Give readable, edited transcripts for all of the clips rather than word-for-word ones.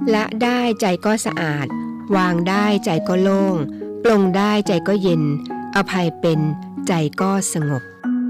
ละได้ใจก็สะอาดวางได้ใจก็โล่งปลงได้ใจก็เย็นอภัยเป็นใจก็สงบ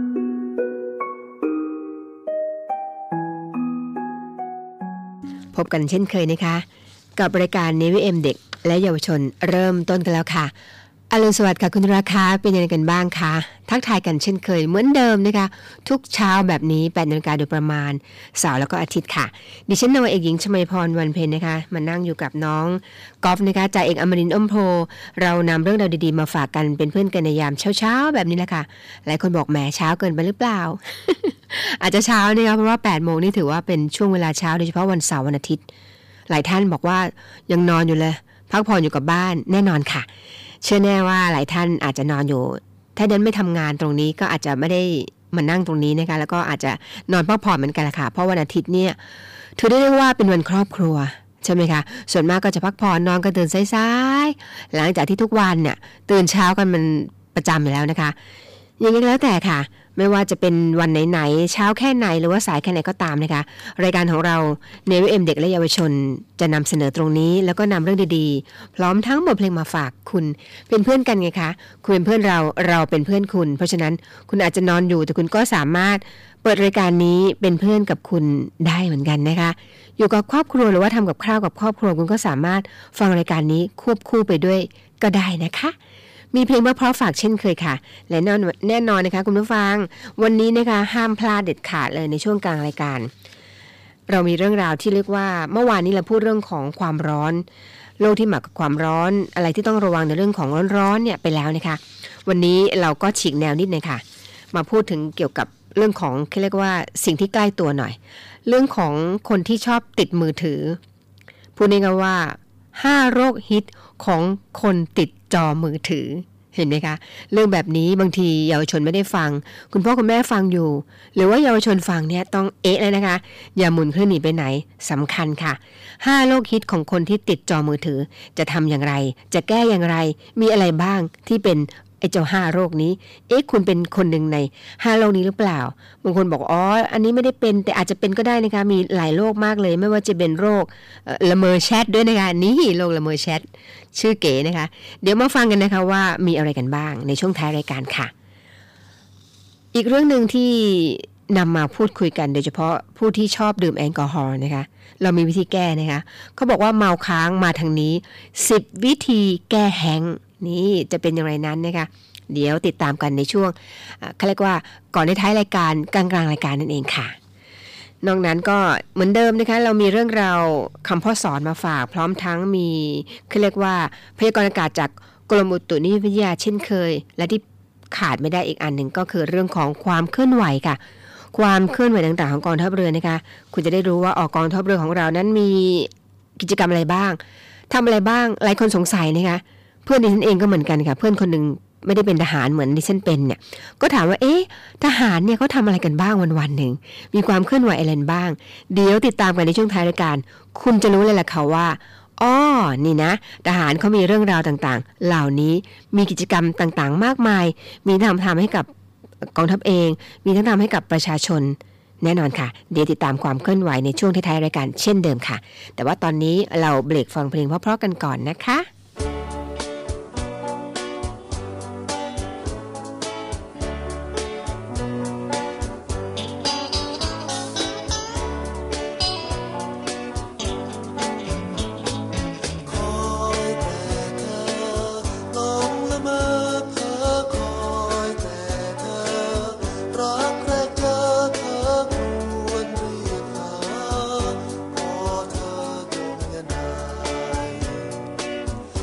พบกันเช่นเคยนะคะกับรายการ Navy M เด็กและเยาวชนเริ่มต้นกันแล้วค่ะอรุณสวัสดิ์ค่ะคุณราคาเป็นยังไงกันบ้างคะทักทายกันเช่นเคยเหมือนเดิมนะคะทุกเช้าแบบนี้ 8:00 นโดยประมาณเสาร์แล้วก็อาทิตย์ค่ะดิฉันนวเอกหญิงชมาพรวันเพ็ญนะคะมานั่งอยู่กับน้องกอล์ฟนะคะจ่าเอกอมรินทร์อ้อมโพเรานำเรื่องราวดีๆมาฝากกันเป็นเพื่อนกันในยามเช้าๆแบบนี้แหละค่ะหลายคนบอกแหมเช้าเกินไปหรือเปล่า อาจจะเช้านะคะเพราะว่า 8 โมงนี่ถือว่าเป็นช่วงเวลาเช้าโดยเฉพาะวันเสาร์วันอาทิตย์หลายท่านบอกว่ายังนอนอยู่เลยพักผ่อนอยู่กับบ้านแน่นอนค่ะเชื่อแน่ว่าหลายท่านอาจจะนอนอยู่ถ้าเดินไม่ทำงานตรงนี้ก็อาจจะไม่ได้มานั่งตรงนี้นะคะแล้วก็อาจจะนอนพักผ่อนเหมือนกันแหละค่ะเพราะวันอาทิตย์เนี่ยถือได้ว่าเป็นวันครอบครัวใช่ไหมคะส่วนมากก็จะพักผ่อนนอนกันตื่นสายๆหลังจากที่ทุกวันเนี่ยตื่นเช้ากันมันประจำอยู่แล้วนะคะอย่างนี้แล้วแต่ค่ะไม่ว่าจะเป็นวันไหนๆเช้าแค่ไหนหรือว่าสายแค่ไหนก็ตามนะคะรายการของเราเนวิเอ็มเด็กและเยาวชนจะนำเสนอตรงนี้แล้วก็นำเรื่องดีๆพร้อมทั้งบทเพลงมาฝากคุณเป็นเพื่อนกันไงคะคุณเป็นเพื่อนเราเป็นเพื่อนคุณเพราะฉะนั้นคุณอาจจะนอนอยู่แต่คุณก็สามารถเปิดรายการนี้เป็นเพื่อนกับคุณได้เหมือนกันนะคะอยู่กับครอบครัวหรือว่าทำกับข้าวกับครอบครัวคุณก็สามารถฟังรายการนี้ควบคู่ไปด้วยก็ได้นะคะมีเพลงเพราะๆฝากเช่นเคยค่ะและแน่นอนนะคะคุณผู้ฟังวันนี้นะคะห้ามพลาดเด็ดขาดเลยในช่วงกลางรายการเรามีเรื่องราวที่เรียกว่าเมื่อวานนี้เราพูดเรื่องของความร้อนโลกที่หมักกับความร้อนอะไรที่ต้องระวังในเรื่องของร้อนๆเนี่ยไปแล้วนะคะวันนี้เราก็ฉีกแนวนิดนึงค่ะมาพูดถึงเกี่ยวกับเรื่องของเรียกว่าสิ่งที่ใกล้ตัวหน่อยเรื่องของคนที่ชอบติดมือถือพูดง่ายๆว่า5โรคฮิตของคนติดจอมือถือเห็นไหมคะเรื่องแบบนี้บางทีเยาวชนไม่ได้ฟังคุณพ่อคุณแม่ฟังอยู่หรือว่าเยาวชนฟังเนี่ยต้องเลยนะคะอย่าหมุนเคลื่อนหนีไปไหนสำคัญค่ะ5โรคฮิตของคนที่ติดจอมือถือจะทำอย่างไรจะแก้อย่างไรมีอะไรบ้างที่เป็นไอ้เจ้า5โรคนี้คุณเป็นคนหนึ่งใน5โรคนี้หรือเปล่าบางคนบอกอ๋ออันนี้ไม่ได้เป็นแต่อาจจะเป็นก็ได้นะคะมีหลายโรคมากเลยไม่ว่าจะเป็นโรคละเมอแชทด้วยนะคะนี่โรคละเมอแชทชื่อเก๋นะคะเดี๋ยวมาฟังกันนะคะว่ามีอะไรกันบ้างในช่วงท้ายรายการค่ะอีกเรื่องนึงที่นำมาพูดคุยกันโดยเฉพาะผู้ที่ชอบดื่มแอลกอฮอล์นะคะเรามีวิธีแก้นะคะเขาบอกว่าเมาค้างมาทางนี้10วิธีแก้แฮงก์นี่จะเป็นอย่างไรนั้นนะคะเดี๋ยวติดตามกันในช่วงเขาเรียกว่าก่อนในท้ายรายการกลางรายการนั่นเองค่ะนอกนั้นก็เหมือนเดิมนะคะเรามีเรื่องราวคำพ่อสอนมาฝากพร้อมทั้งมีเขาเรียกว่าพยากรณ์อากาศจากกรมอุตุนิยมวิทยาเช่นเคยและที่ขาดไม่ได้อีกอันหนึ่งก็คือเรื่องของความเคลื่อนไหวค่ะความเคลื่อนไหวต่างๆของกองทัพเรือนะคะคุณจะได้รู้ว่ากองทัพเรือของเรานั้นมีกิจกรรมอะไรบ้างทำอะไรบ้างหลายคนสงสัยนะคะเพื่อนดิฉันเองก็เหมือนกันค่ะเพื่อนคนนึงไม่ได้เป็นทหารเหมือนดิฉันเป็นเนี่ยก็ถามว่าทหารเนี่ยเขาทำอะไรกันบ้างวันๆหนึ่งมีความเคลื่อนไหวอะไรบ้างเดี๋ยวติดตามกันในช่วงท้ายรายการคุณจะรู้เลยแหละค่ะว่านี่นะทหารเขามีเรื่องราวต่างๆเหล่านี้มีกิจกรรมต่างๆมากมายมีทำให้กับกองทัพเองมีทั้งทำให้กับประชาชนแน่นอนค่ะเดี๋ยวติดตามความเคลื่อนไหวในช่วงท้ายรายการเช่นเดิมค่ะแต่ว่าตอนนี้เราเบรกฟังเพลงเพราะๆกันก่อนนะคะเ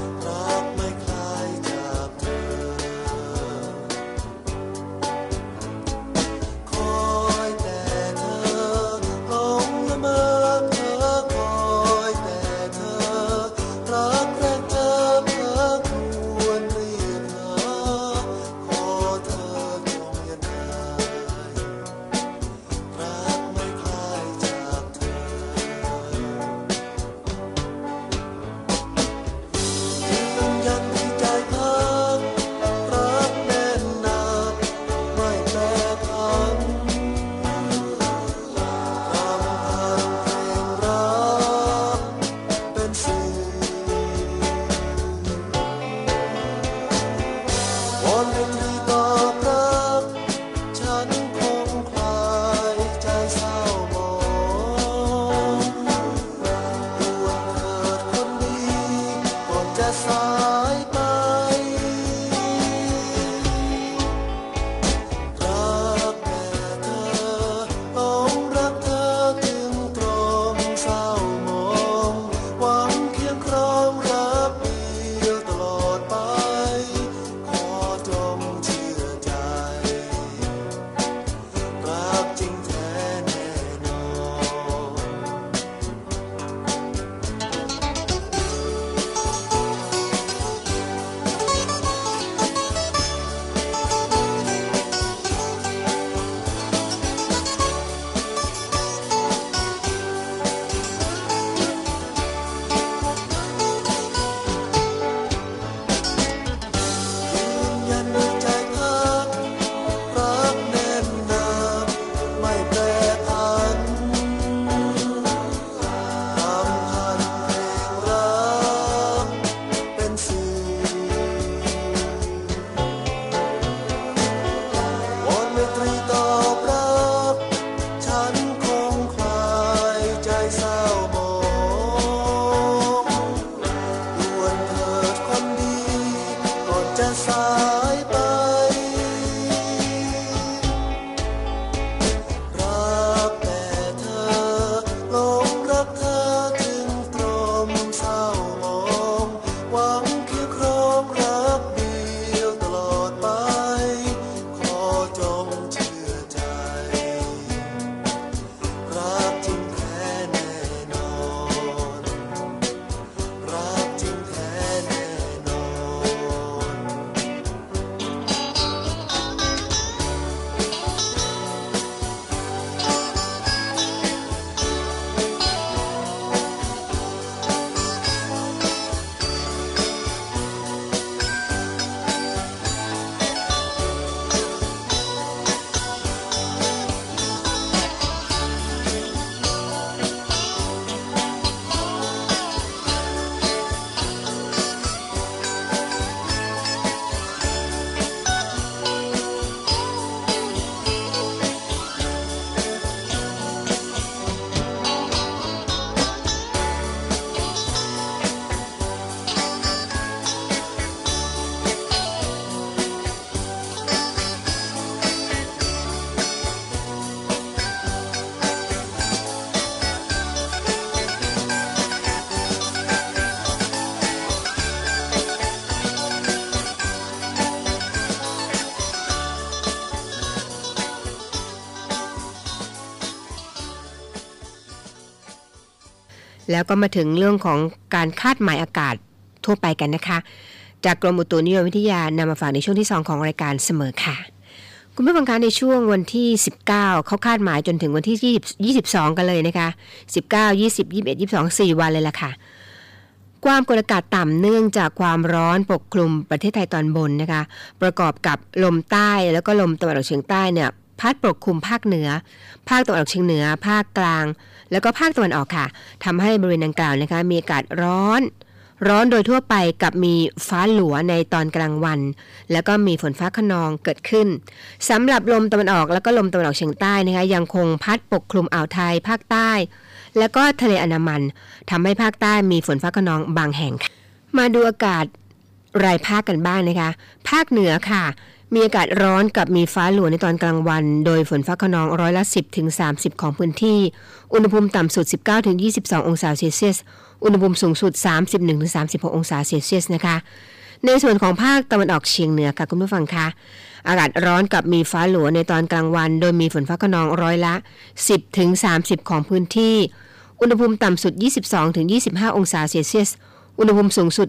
แล้วก็มาถึงเรื่องของการคาดหมายอากาศทั่วไปกันนะคะจากกรมอุตุนิยมวิทยานำมาฝากในช่วงที่2ของรายการเสมอค่ะคุณผู้ฟังคะในช่วงวันที่19เขาคาดหมายจนถึงวันที่22กันเลยนะคะ19 20 21 22 4วันเลยล่ะค่ะความกดอากาศต่ำเนื่องจากความร้อนปกคลุมประเทศไทยตอนบนนะคะประกอบกับลมใต้แล้วก็ลมตะวันออกเฉียงใต้เนี่ยพัดปกคลุมภาคเหนือภาคตะวันออกเฉียงเหนือภาคกลางแล้วก็ภาคตะวันออกค่ะทำให้บริเวณดังกล่าวนะคะมีอากาศร้อนโดยทั่วไปกับมีฟ้าหลัวในตอนกลางวันแล้วก็มีฝนฟ้าคะนองเกิดขึ้นสำหรับลมตะวันออกแล้วก็ลมตะวันออกเฉียงใต้นะคะยังคงพัดปกคลุมอ่าวไทยภาคใต้แล้วก็ทะเลอันดามันทำให้ภาคใต้มีฝนฟ้าคะนองบางแห่งมาดูอากาศรายภาคกันบ้างนะคะภาคเหนือค่ะมีอากาศร้อนกับมีฟ้าหลัวในตอนกลางวันโดยฝนฟ้าคะนองร้อยละ10 ถึง 30ของพื้นที่อุณหภูมิต่ำสุด19 ถึง 22 องศาเซลเซียสอุณหภูมิสูงสุด31 ถึง 36 องศาเซลเซียสนะคะในส่วนของภาคตะวันออกเฉียงเหนือค่ะคุณผู้ฟังคะอากาศร้อนกับมีฟ้าหลัวในตอนกลางวันโดยมีฝนฟ้าคะนองร้อยละ10 ถึง 30ของพื้นที่อุณหภูมิต่ำสุด22 ถึง 25 องศาเซลเซียสอุณหภูมิสูงสุด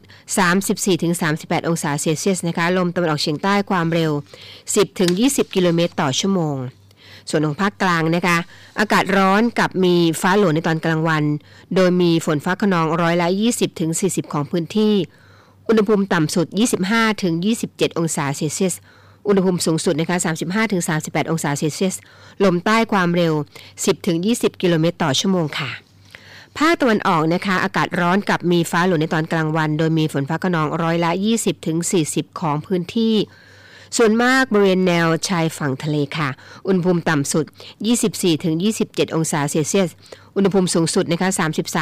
34-38 องศาเซลเซียสนะคะลมตะวันออกเฉียงใต้ความเร็ว 10-20 กิโลเมตรต่อชั่วโมงส่วนของภาคกลางนะคะอากาศร้อนกับมีฟ้าหลัวในตอนกลางวันโดยมีฝนฟ้าคะนองร้อยละ 20-40 ของพื้นที่อุณหภูมิต่ำสุด 25-27 องศาเซลเซียสอุณหภูมิสูงสุดนะคะ 35-38 องศาเซลเซียสลมใต้ความเร็ว 10-20 กิโลเมตรต่อชั่วโมงค่ะภาคตะวันออกนะคะอากาศร้อนกับมีฟ้าหลัวในตอนกลางวันโดยมีฝนฟ้าคะนองร้อยละ 20-40 ของพื้นที่ส่วนมากบริเวณแนวชายฝั่งทะเลค่ะอุณหภูมิต่ำสุด 24-27 องศาเซลเซียสอุณหภูมิสูงสุดนะคะ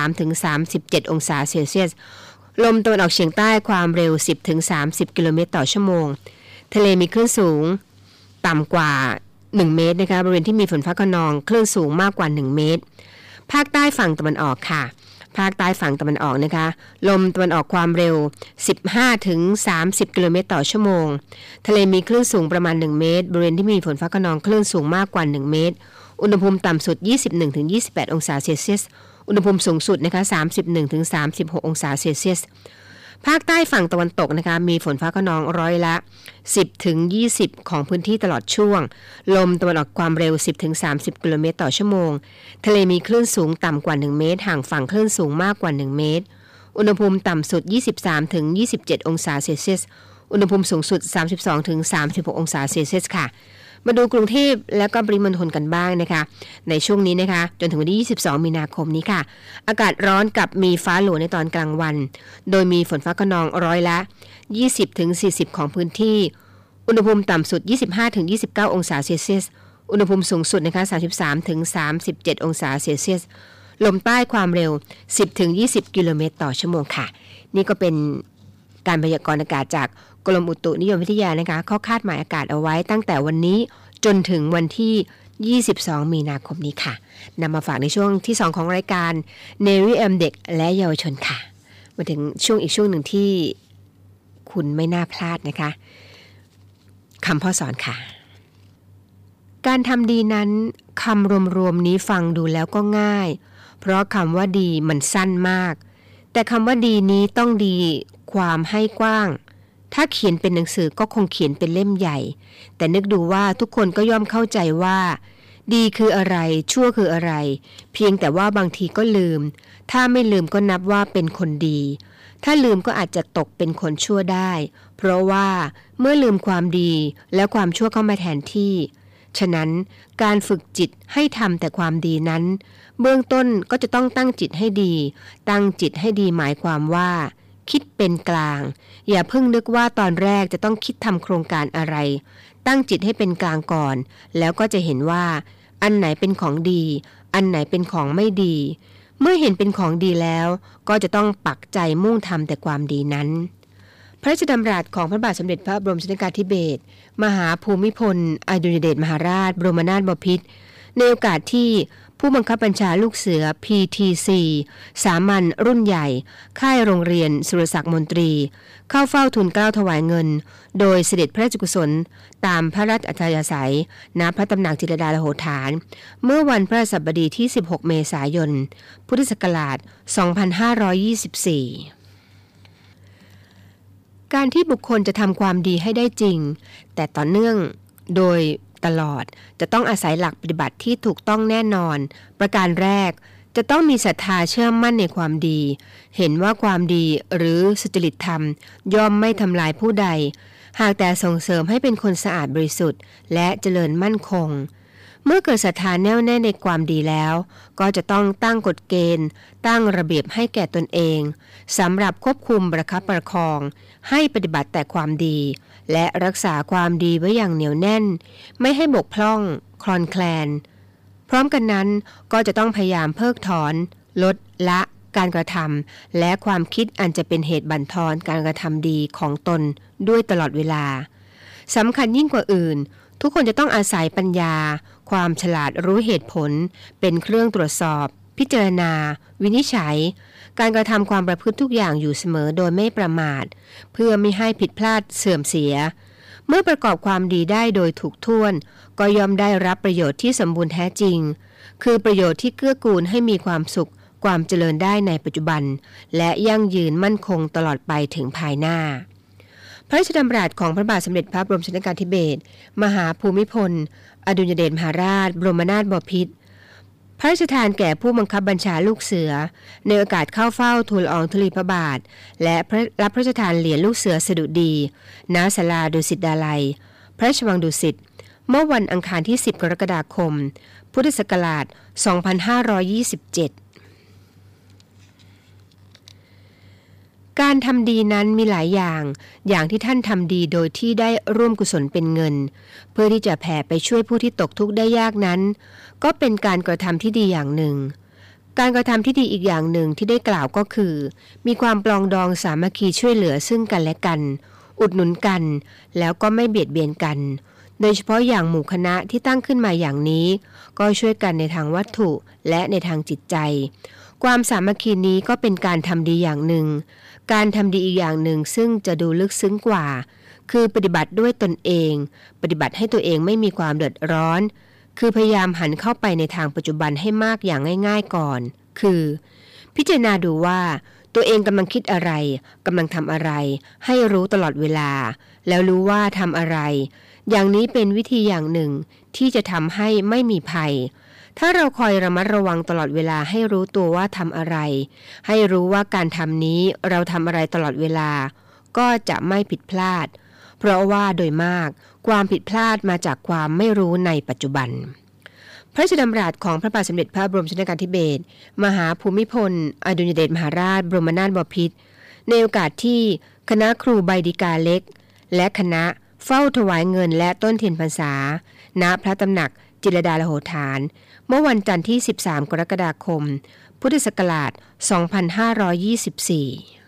33-37 องศาเซลเซียสลมตะวันออกเฉียงใต้ความเร็ว 10-30 กิโลเมตรต่อชั่วโมงทะเลมีคลื่นสูงต่ำกว่า1 เมตรนะคะบริเวณที่มีฝนฟ้าคะนองคลื่นสูงมากกว่า1 เมตรภาคใต้ฝั่งตะวันออกค่ะภาคใต้ฝั่งตะวันออกนะคะลมตะวันออกความเร็ว 15-30 กิโลเมตรต่อชั่วโมงทะเลมีคลื่นสูงประมาณ1 เมตรบริเวณที่มีฝนฟ้าคะนองคลื่นสูงมากกว่า1 เมตรอุณหภูมิต่ำสุด 21-28 องศาเซลเซียสอุณหภูมิสูงสุดนะคะ 31-36 องศาเซลเซียสภาคใต้ฝั่งตะวันตกนะคะมีฝนฟ้าคะนองร้อยละ 10-20 ของพื้นที่ตลอดช่วงลมตะวันออกความเร็ว 10-30 กิโลเมตรต่อชั่วโมงทะเลมีคลื่นสูงต่ำกว่า1 เมตรห่างฝั่งคลื่นสูงมากกว่า1 เมตรอุณหภูมิต่ำสุด 23-27 องศาเซลเซียสอุณหภูมิสูงสุด 32-36 องศาเซลเซียสค่ะมาดูกรุงเทพและก็ปริมณฑลกันบ้างนะคะในช่วงนี้นะคะจนถึงวันที่22 มีนาคมนี้ค่ะอากาศร้อนกับมีฟ้าหลัวในตอนกลางวันโดยมีฝนฟ้าคะนองร้อยละ 20-40 ของพื้นที่อุณหภูมิต่ำสุด 25-29 องศาเซลเซียสอุณหภูมิสูงสุดนะคะ 33-37 องศาเซลเซียสลมใต้ความเร็ว 10-20 กิโลเมตรต่อชั่วโมงค่ะนี่ก็เป็นการพยากรณ์อากาศจากกรมอุตุนิยมวิทยานะคะเขาคาดหมายอากาศเอาไว้ตั้งแต่วันนี้จนถึงวันที่22 มีนาคมนี้ค่ะนำมาฝากในช่วงที่2ของรายการ Navy AM เด็กและเยาวชนค่ะมาถึงช่วงอีกช่วงหนึ่งที่คุณไม่น่าพลาดนะคะคำพ่อสอนค่ะการทำดีนั้นคำรวมๆนี้ฟังดูแล้วก็ง่ายเพราะคำว่าดีมันสั้นมากแต่คำว่าดีนี้ต้องดีความให้กว้างถ้าเขียนเป็นหนังสือก็คงเขียนเป็นเล่มใหญ่แต่นึกดูว่าทุกคนก็ย่อมเข้าใจว่าดีคืออะไรชั่วคืออะไรเพียงแต่ว่าบางทีก็ลืมถ้าไม่ลืมก็นับว่าเป็นคนดีถ้าลืมก็อาจจะตกเป็นคนชั่วได้เพราะว่าเมื่อลืมความดีแล้วความชั่วเข้ามาแทนที่ฉะนั้นการฝึกจิตให้ทำแต่ความดีนั้นเบื้องต้นก็จะต้องตั้งจิตให้ดีตั้งจิตให้ดีหมายความว่าคิดเป็นกลางอย่าเพิ่งนึกว่าตอนแรกจะต้องคิดทำโครงการอะไรตั้งจิตให้เป็นกลางก่อนแล้วก็จะเห็นว่าอันไหนเป็นของดีอันไหนเป็นของไม่ดีเมื่อเห็นเป็นของดีแล้วก็จะต้องปักใจมุ่งทำแต่ความดีนั้นพระราชดำรัสของพระบาทสมเด็จพระบรมชนกาธิเบศรมหาภูมิพลอดุลยเดชมหาราชบรมนาถบพิตรในโอกาสที่ผู้บังคับบัญชาลูกเสือ PTC สามัญรุ่นใหญ่ค่ายโรงเรียนสุรศักดิ์มนตรีเข้าเฝ้าทูลเกล้าถวายเงินโดยเสด็จพระราชกุศลตามพระราชอัธยาศัยณพระตำหนักจิตรลดาโหฐานเมื่อวันพฤหัสบดีที่16เมษายนพุทธศักราช2524การที่บุคคลจะทำความดีให้ได้จริงแต่ต่อเนื่องโดยตลอดจะต้องอาศัยหลักปฏิบัติที่ถูกต้องแน่นอนประการแรกจะต้องมีศรัทธาเชื่อมั่นในความดีเห็นว่าความดีหรือสุจริตธรรมย่อมไม่ทำลายผู้ใดหากแต่ส่งเสริมให้เป็นคนสะอาดบริสุทธิ์และเจริญมั่นคงเมื่อเกิดศรัทธาแน่วแน่ในความดีแล้วก็จะต้องตั้งกฎเกณฑ์ตั้งระเบียบให้แก่ตนเองสำหรับควบคุมประคับประคองให้ปฏิบัติแต่ความดีและรักษาความดีไว้อย่างเหนียวแน่นไม่ให้บกพร่องคลอนแคลนพร้อมกันนั้นก็จะต้องพยายามเพิกถอนลดละการกระทำและความคิดอันจะเป็นเหตุบั่นทอนการกระทำดีของตนด้วยตลอดเวลาสำคัญยิ่งกว่าอื่นทุกคนจะต้องอาศัยปัญญาความฉลาดรู้เหตุผลเป็นเครื่องตรวจสอบพิจารณาวินิจฉัยการกระทำความประพฤติทุกอย่างอยู่เสมอโดยไม่ประมาทเพื่อไม่ให้ผิดพลาดเสื่อมเสียเมื่อประกอบความดีได้โดยถูกถ้วนก็ย่อมได้รับประโยชน์ที่สมบูรณ์แท้จริงคือประโยชน์ที่เกื้อกูลให้มีความสุขความเจริญได้ในปัจจุบันและยั่งยืนมั่นคงตลอดไปถึงภายหน้าพระราชดำรัสของพระบาทสมเด็จพระบรมชนกาธิเบศรมหาภูมิพลอดุลยเดชมหาราชบรมนาถบพิตรพระราชทานแก่ผู้บังคับบัญชาลูกเสือในโอกาสเข้าเฝ้าทูลละอองธุลีพระบาทและรับพระราชทานเหรียญลูกเสือสดุดีณศาลาดุสิตดาลัยพระราชวังดุสิตเมื่อวันอังคารที่10กรกฎาคมพุทธศักราช2527การทำดีนั้นมีหลายอย่างที่ท่านทำดีโดยที่ได้ร่วมกุศลเป็นเงินเพื่อที่จะแผ่ไปช่วยผู้ที่ตกทุกข์ได้ยากนั้นก็เป็นการกระทำที่ดีอย่างหนึ่งการกระทำที่ดีอีกอย่างหนึ่งที่ได้กล่าวก็คือมีความปรองดองสามัคคีช่วยเหลือซึ่งกันและกันอุดหนุนกันแล้วก็ไม่เบียดเบียนกันโดยเฉพาะอย่างหมู่คณะที่ตั้งขึ้นมาอย่างนี้ก็ช่วยกันในทางวัตถุและในทางจิตใจความสามัคคีนี้ก็เป็นการทำดีอย่างหนึ่งการทำดีอีกอย่างหนึ่งซึ่งจะดูลึกซึ้งกว่าคือปฏิบัติด้วยตนเองปฏิบัติให้ตัวเองไม่มีความเดือดร้อนคือพยายามหันเข้าไปในทางปัจจุบันให้มากอย่างง่ายๆก่อนคือพิจารณาดูว่าตัวเองกำลังคิดอะไรกำลังทำอะไรให้รู้ตลอดเวลาแล้วรู้ว่าทำอะไรอย่างนี้เป็นวิธีอย่างหนึ่งที่จะทำให้ไม่มีภัยถ้าเราคอยระมัดระวังตลอดเวลาให้รู้ตัวว่าทำอะไรให้รู้ว่าการทำนี้เราทำอะไรตลอดเวลาก็จะไม่ผิดพลาดเพราะว่าโดยมากความผิดพลาดมาจากความไม่รู้ในปัจจุบันพระราชดำรัสของพระบาทสมเด็จพระบรมชนกาธิเบศรมหาภูมิพลอดุลยเดชมหาราชบรมนาถบพิตรในโอกาสที่คณะครูใบดิกาเล็กและคณะเฝ้าถวายเงินและต้นเทียนพรรษาณพระตำหนักจิตรลดาโหฐานเมื่อวันจันทร์ที่13กรกฎาคมพุทธศักราช2524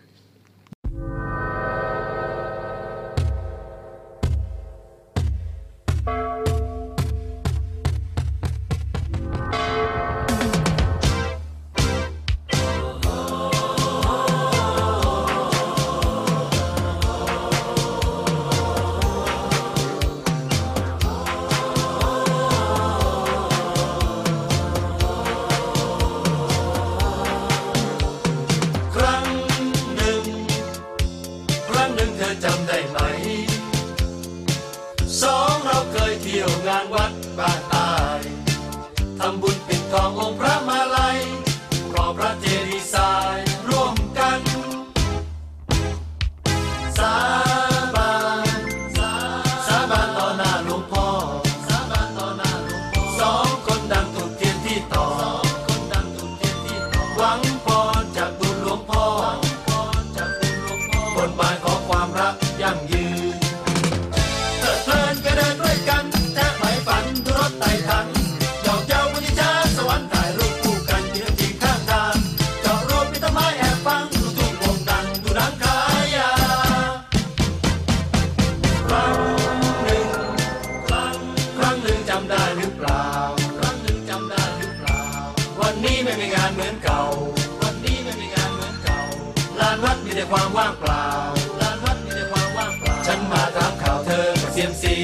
อนเก่าวันนี้ไม่มีงานเหมือนเก่าลานวัดมีแต่ความว่างเปล่าลานวัดมีแต่ความว่างเปล่าฉันมาถามข่าวเธอกับเซียมซี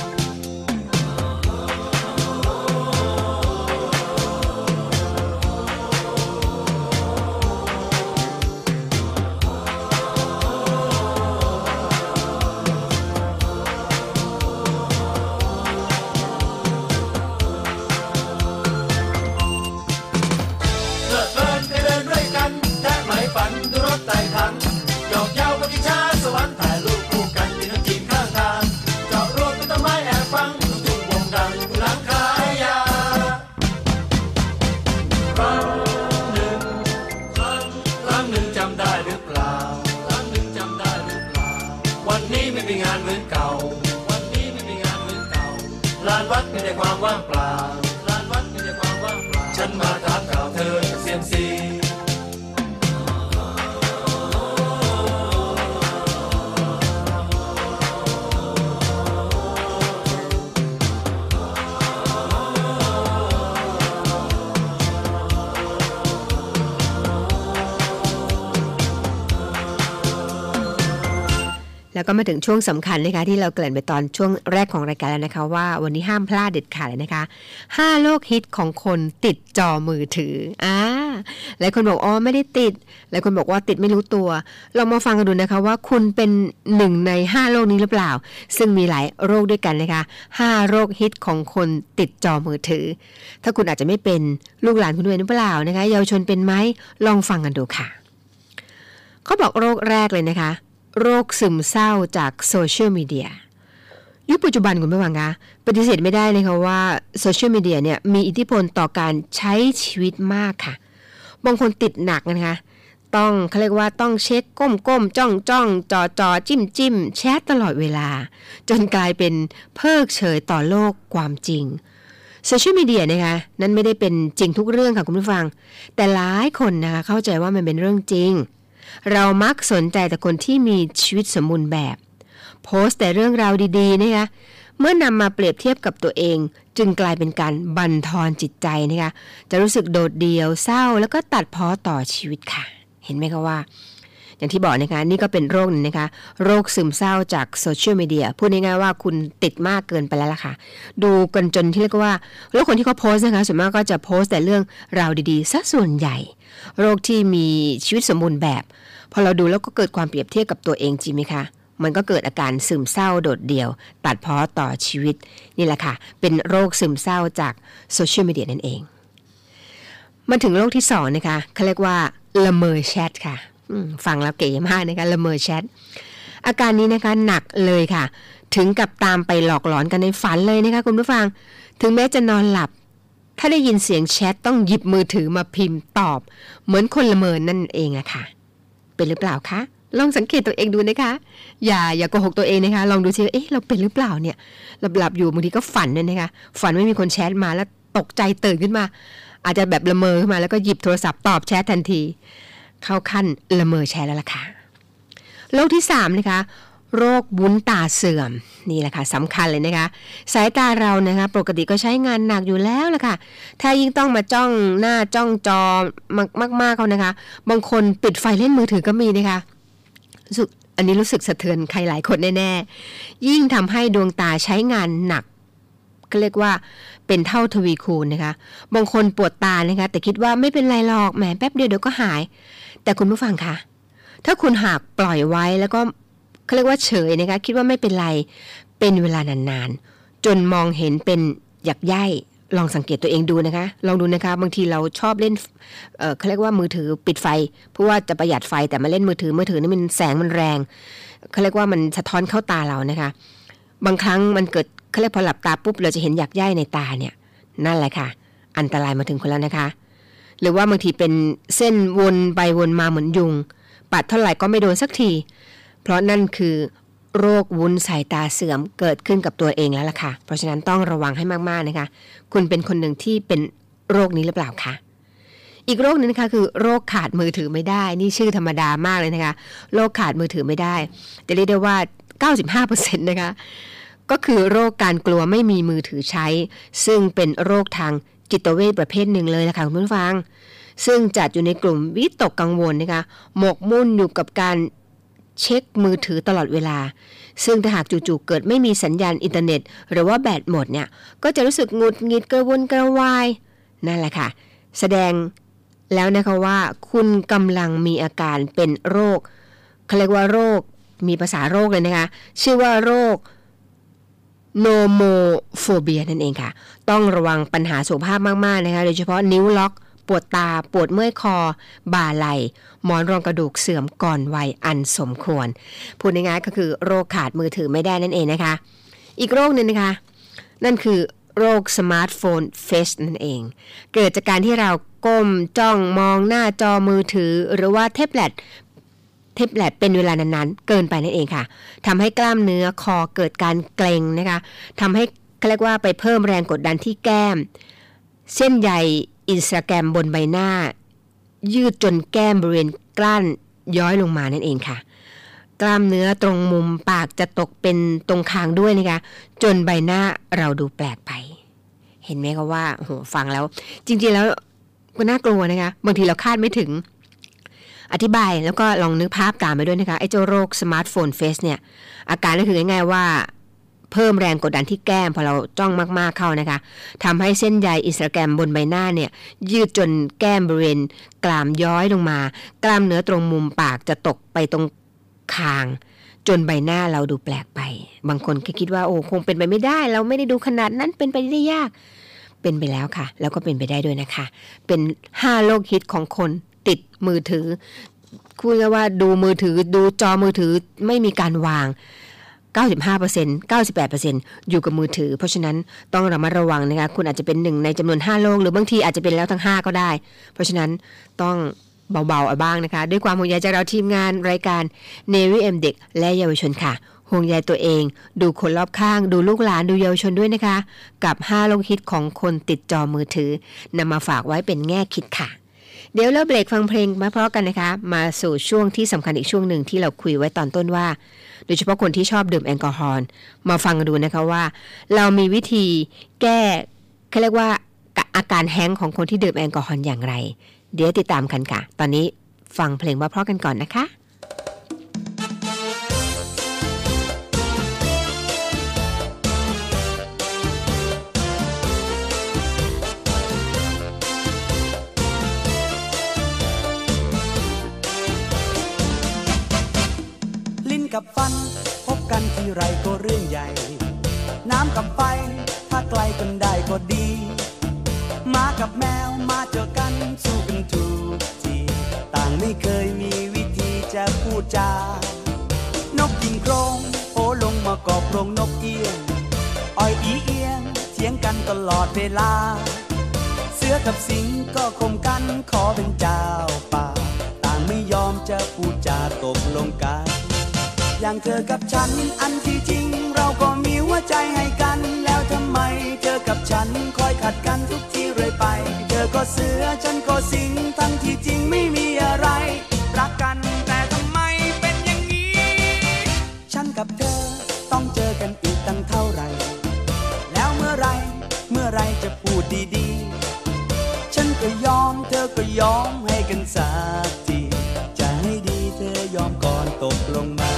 ลานวัดมีแต่ความว่างเปล่าลานวัดมีแต่ความว่างเปล่าฉันมาถามข่าวเธอกับเซียมซีแล้วก็มาถึงช่วงสำคัญนะคะที่เราเกริ่นไปตอนช่วงแรกของรายการแล้วนะคะว่าวันนี้ห้ามพลาดเด็ดขาดเลยนะคะ5โรคฮิตของคนติดจอมือถือหลายคนบอกไม่ได้ติดหลายคนบอกว่าติดไม่รู้ตัวลองมาฟังกันดูนะคะว่าคุณเป็น1ใน5โรคนี้หรือเปล่าซึ่งมีหลายโรคด้วยกันนะคะ5โรคฮิตของคนติดจอมือถือถ้าคุณอาจจะไม่เป็นลูกหลานคุณเป็นหรือเปล่านะคะเยาวชนเป็นไหมลองฟังกันดูค่ะเขาบอกโรคแรกเลยนะคะโรคซึมเศร้าจากโซเชียลมีเดียยุคปัจจุบันคุณผู้ฟังคะปฏิเสธไม่ได้เลยค่ะว่าโซเชียลมีเดียเนี่ยมีอิทธิพลต่อการใช้ชีวิตมากค่ะบางคนติดหนักนะคะเขาเรียกว่าต้องเช็คก้มจ้องจอจิ้มแชทตลอดเวลาจนกลายเป็นเพิกเฉยต่อโลกความจริงโซเชียลมีเดียนะคะนั้นไม่ได้เป็นจริงทุกเรื่องค่ะคุณผู้ฟังแต่หลายคนนะคะเข้าใจว่ามันเป็นเรื่องจริงเรามักสนใจแต่คนที่มีชีวิตสมบูรณ์แบบโพสต์แต่เรื่องราวดีๆนะคะเมื่อนำมาเปรียบเทียบกับตัวเองจึงกลายเป็นการบั่นทอนจิตใจนะคะจะรู้สึกโดดเดี่ยวเศร้าแล้วก็ตัดพ้อต่อชีวิตค่ะเห็นไหมคะว่าอย่างที่บอกนะคะนี่ก็เป็นโรคนึงนะคะโรคซึมเศร้าจากโซเชียลมีเดียพูดง่ายๆว่าคุณติดมากเกินไปแล้วล่ะค่ะดูกันจนที่เรียกว่าแล้วคนที่เขาโพสต์นะคะส่วนมากก็จะโพสต์แต่เรื่องราวดีๆซะส่วนใหญ่โรคที่มีชีวิตสมบูรณ์แบบพอเราดูแล้วก็เกิดความเปรียบเทียบกับตัวเองจริงไหมคะมันก็เกิดอาการซึมเศร้าโดดเดี่ยวตัดพ้อต่อชีวิตนี่แหละค่ะเป็นโรคซึมเศร้าจากโซเชียลมีเดียนั่นเองมาถึงโรคที่2นะคะเขาเรียกว่าละเมอแชทค่ะฟังแล้วเก๋มากนะคะละเมอแชทอาการนี้นะคะหนักเลยค่ะถึงกับตามไปหลอกหลอนกันในฝันเลยนะคะคุณผู้ฟังถึงแม้จะนอนหลับถ้าได้ยินเสียงแชทต้องหยิบมือถือมาพิมพ์ตอบเหมือนคนละเมอนั่นเองอะค่ะเป็นหรือเปล่าคะลองสังเกตตัวเองดูนะคะอย่าโกหกตัวเองนะคะลองดูซิว่าเราเป็นหรือเปล่าเนี่ยหลับอยู่บางทีก็ฝันด้วยนะคะฝันไม่มีคนแชทมาแล้วตกใจตื่นขึ้นมาอาจจะแบบละเมอขึ้นมาแล้วก็หยิบโทรศัพท์ตอบแชททันทีเข้าขั้นละเมอแชทแล้วล่ะค่ะโรคที่3นะคะโรควุ้นตาเสื่อมนี่แหละค่ะสำคัญเลยนะคะสายตาเรานะคะปกติก็ใช้งานหนักอยู่แล้วล่ะค่ะถ้ายิ่งต้องมาจ้องหน้าจ้องจอมากๆเขานะคะบางคนปิดไฟเล่นมือถือก็มีนะคะอันนี้รู้สึกสะเทือนใครหลายคนแน่ๆยิ่งทำให้ดวงตาใช้งานหนักก็เรียกว่าเป็นเท่าทวีคูณนะคะบางคนปวดตานะคะแต่คิดว่าไม่เป็นไรหรอกแหมแป๊บเดียวเดี๋ยวก็หายแต่คุณผู้ฟังคะถ้าคุณหากปล่อยไว้แล้วก็เขาเรียกว่าเฉยนะคะคิดว่าไม่เป็นไรเป็นเวลานานๆจนมองเห็นเป็นหยักใยลองสังเกตตัวเองดูนะคะลองดูนะคะบางทีเราชอบเล่นเขาเรียกว่ามือถือปิดไฟเพราะว่าจะประหยัดไฟแต่มาเล่นมือถือนี่มันแสงมันแรงเขาเรียกว่ามันสะท้อนเข้าตาเรานะคะบางครั้งมันเกิดเขาเรียกพอหลับตาปุ๊บเราจะเห็นหยักใยในตาเนี่ยนั่นแหละค่ะอันตรายมาถึงคนแล้วนะคะหรือว่าบางทีเป็นเส้นวนไปวนมาเหมือนยุงปัดเท่าไหร่ก็ไม่โดนสักทีเพราะนั่นคือโรควุ้นสายตาเสื่อมเกิดขึ้นกับตัวเองแล้วล่ะค่ะเพราะฉะนั้นต้องระวังให้มากๆนะคะคุณเป็นคนหนึ่งที่เป็นโรคนี้หรือเปล่าคะอีกโรคนึงนะคะคือโรคขาดมือถือไม่ได้นี่ชื่อธรรมดามากเลยนะคะโรคขาดมือถือไม่ได้จะเรียกได้ว่า 95% นะคะก็คือโรคการกลัวไม่มีมือถือใช้ซึ่งเป็นโรคทางจิตเวชประเภทหนึ่งเลยนะคะคุณผู้ฟังซึ่งจัดอยู่ในกลุ่มวิตกกังวลนะคะหมกมุ่นอยู่กับการเช็คมือถือตลอดเวลาซึ่งถ้าหากจู่ๆเกิดไม่มีสัญญาณอินเทอร์เน็ตหรือว่าแบตหมดเนี่ยก็จะรู้สึกหงุดหงิดกระวนกระวายนั่นแหละค่ะแสดงแล้วนะคะว่าคุณกำลังมีอาการเป็นโรคเขาเรียกว่าโรคมีภาษาโรคเลยนะคะชื่อว่าโรคโนโมโฟเบียนั่นเองค่ะต้องระวังปัญหาสุขภาพมากๆนะคะโดยเฉพาะนิ้วล็อกปวดตาปวดเมื่อยคอบ่าไหล่หมอนรองกระดูกเสื่อมก่อนวัยอันสมควรพูดง่ายๆก็คือโรคขาดมือถือไม่ได้นั่นเองนะคะอีกโรคนึงนะคะนั่นคือโรคสมาร์ทโฟนเฟสนั่นเองเกิดจากการที่เราก้มจ้องมองหน้าจอมือถือหรือว่าแท็บเล็ตเป็นเวลานานๆเกินไปนั่นเองค่ะทำให้กล้ามเนื้อคอเกิดการเกร็งนะคะทำให้เรียกว่าไปเพิ่มแรงกดดันที่แก้มเส้นใยอินสตาแกรมบนใบหน้ายืดจนแก้มบริเวณกลั้นย้อยลงมานั่นเองค่ะกล้ามเนื้อตรงมุมปากจะตกเป็นตรงคางด้วยนะคะจนใบหน้าเราดูแปลกไปเห็นไหมคะว่าโหฟังแล้วจริงๆแล้วก็น่ากลัวนะคะบางทีเราคาดไม่ถึงอธิบายแล้วก็ลองนึกภาพตามไปด้วยนะคะไอ้เจ้าโรคสมาร์ทโฟนเฟสเนี่ยอาการก็คือง่ายๆว่าเพิ่มแรงกดดันที่แก้มพอเราจ้องมากๆเข้านะคะทำให้เส้นใยอินสตาแกรมบนใบหน้าเนี่ยยืดจนแก้มบริเวณกรามย้อยลงมากล้ามเนื้อตรงมุมปากจะตกไปตรงคางจนใบหน้าเราดูแปลกไปบางคนก็คิดว่าโอ้คงเป็นไปไม่ได้เราไม่ได้ดูขนาดนั้นเป็นไปได้ยากเป็นไปแล้วค่ะแล้วก็เป็นไปได้ด้วยนะคะเป็น5โรคฮิตของคนติดมือถือคุยกันว่าดูมือถือดูจอมือถือไม่มีการวาง95% 98% อยู่กับมือถือเพราะฉะนั้นต้องระมัดระวังนะคะคุณอาจจะเป็น1ในจำนวน5โรคหรือบางทีอาจจะเป็นแล้วทั้ง5ก็ได้เพราะฉะนั้นต้องเบาๆเอาบ้างนะคะด้วยความห่วงใยจากเราทีมงานรายการ Navy M เด็กและเยาวชนค่ะห่วงใยตัวเองดูคนรอบข้างดูลูกหลานดูเยาวชนด้วยนะคะกับ5โรคฮิตของคนติดจอมือถือนำมาฝากไว้เป็นแง่คิดค่ะเดี๋ยวเราเบรกฟังเพลงมาเพราะกันนะคะมาสู่ช่วงที่สำคัญอีกช่วงหนึ่งที่เราคุยไว้ตอนต้นว่าโดยเฉพาะคนที่ชอบดื่มแอลกอฮอล์มาฟังกันดูนะคะว่าเรามีวิธีแก้เขาเรียกว่าอาการแฮงก์ของคนที่ดื่มแอลกอฮอล์อย่างไรเดี๋ยวติดตามกันค่ะตอนนี้ฟังเพลงมาเพราะกันก่อนนะคะกับฟันพบกันทีไรก็เรื่องใหญ่น้ำกับไฟถ้าไกลกันได้ก็ดีหมากับแมวมาเจอกันสู้กันทุกทีต่างไม่เคยมีวิธีจะพูดจานกยิงโครงโอลงมากอบโรงนกเอี้ยงอ้อยอีเอียงเถียงกันตลอดเวลาเสือกับสิงก็ข่มกันขอเป็นเจ้าป่าต่างไม่ยอมจะพูดจาตกลงกันอย่างเธอกับฉันอันที่จริงเราก็มีหัวใจให้กันแล้วทำไมเธอกับฉันคอยขัดกันทุกทีเรื่อยไปเธอก็เสือฉันก็สิงทั้งที่จริงไม่มีอะไรรักกันแต่ทำไมเป็นอย่างนี้ฉันกับเธอต้องเจอกันอีกตั้งเท่าไหร่แล้วเมื่อไรจะพูดดีๆฉันก็ยอมเธอก็ยอมให้กันสักทีจะให้ดีเธอยอมก่อนตกลงไหม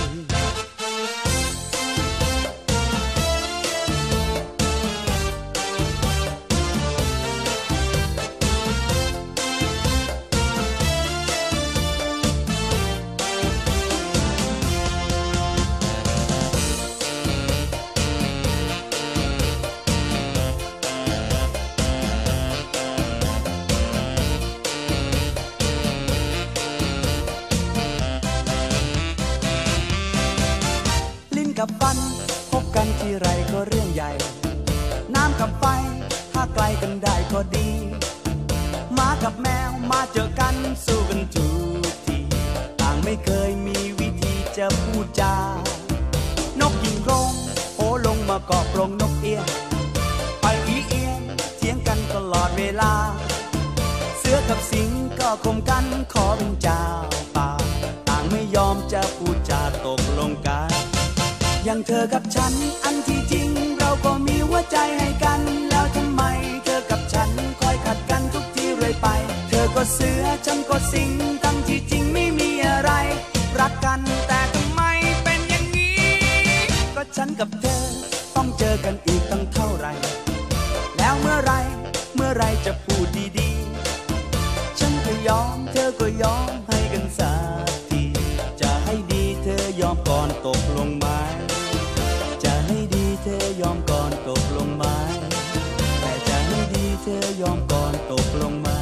กับฟันพบกันทีไรก็เรื่องใหญ่น้ำกับไฟถ้าไกลกันได้ก็ดีหมากับแมวมาเจอกันสู้กันทุกทีต่างไม่เคยมีวิธีจะพูดจานกยิงโครงโอลงมาเกาะโปรงนกเอี้ยงไปอีเอียงเถียงกันตลอดเวลาเสือกับสิงก็ข่มกันขอเป็นเจ้าป่าต่างไม่ยอมจะพูดจาตกลงกันอย่างเธอกับฉันอันที่จริงเราก็มีหัวใจให้กันแล้วทำไมเธอกับฉันคอยขัดกันทุกทีเรื่อยไปเธอฉันก็สิงทั้งที่จริงไม่มีอะไรรักกันแต่ทำไมเป็นอย่างนี้ก็ฉันกับเธอต้องเจอกันอีกตั้งเท่าไหร่แล้วเมื่อไรจะพูดดีๆฉันก็ยอมเธอก็ยอมให้กันสักทีจะให้ดีเธอยอมก่อนตกลงไหมจะให้ดีเธอยอมก่อนตกลงไหมแต่จะให้ดีเธอยอมก่อนตกลงไหม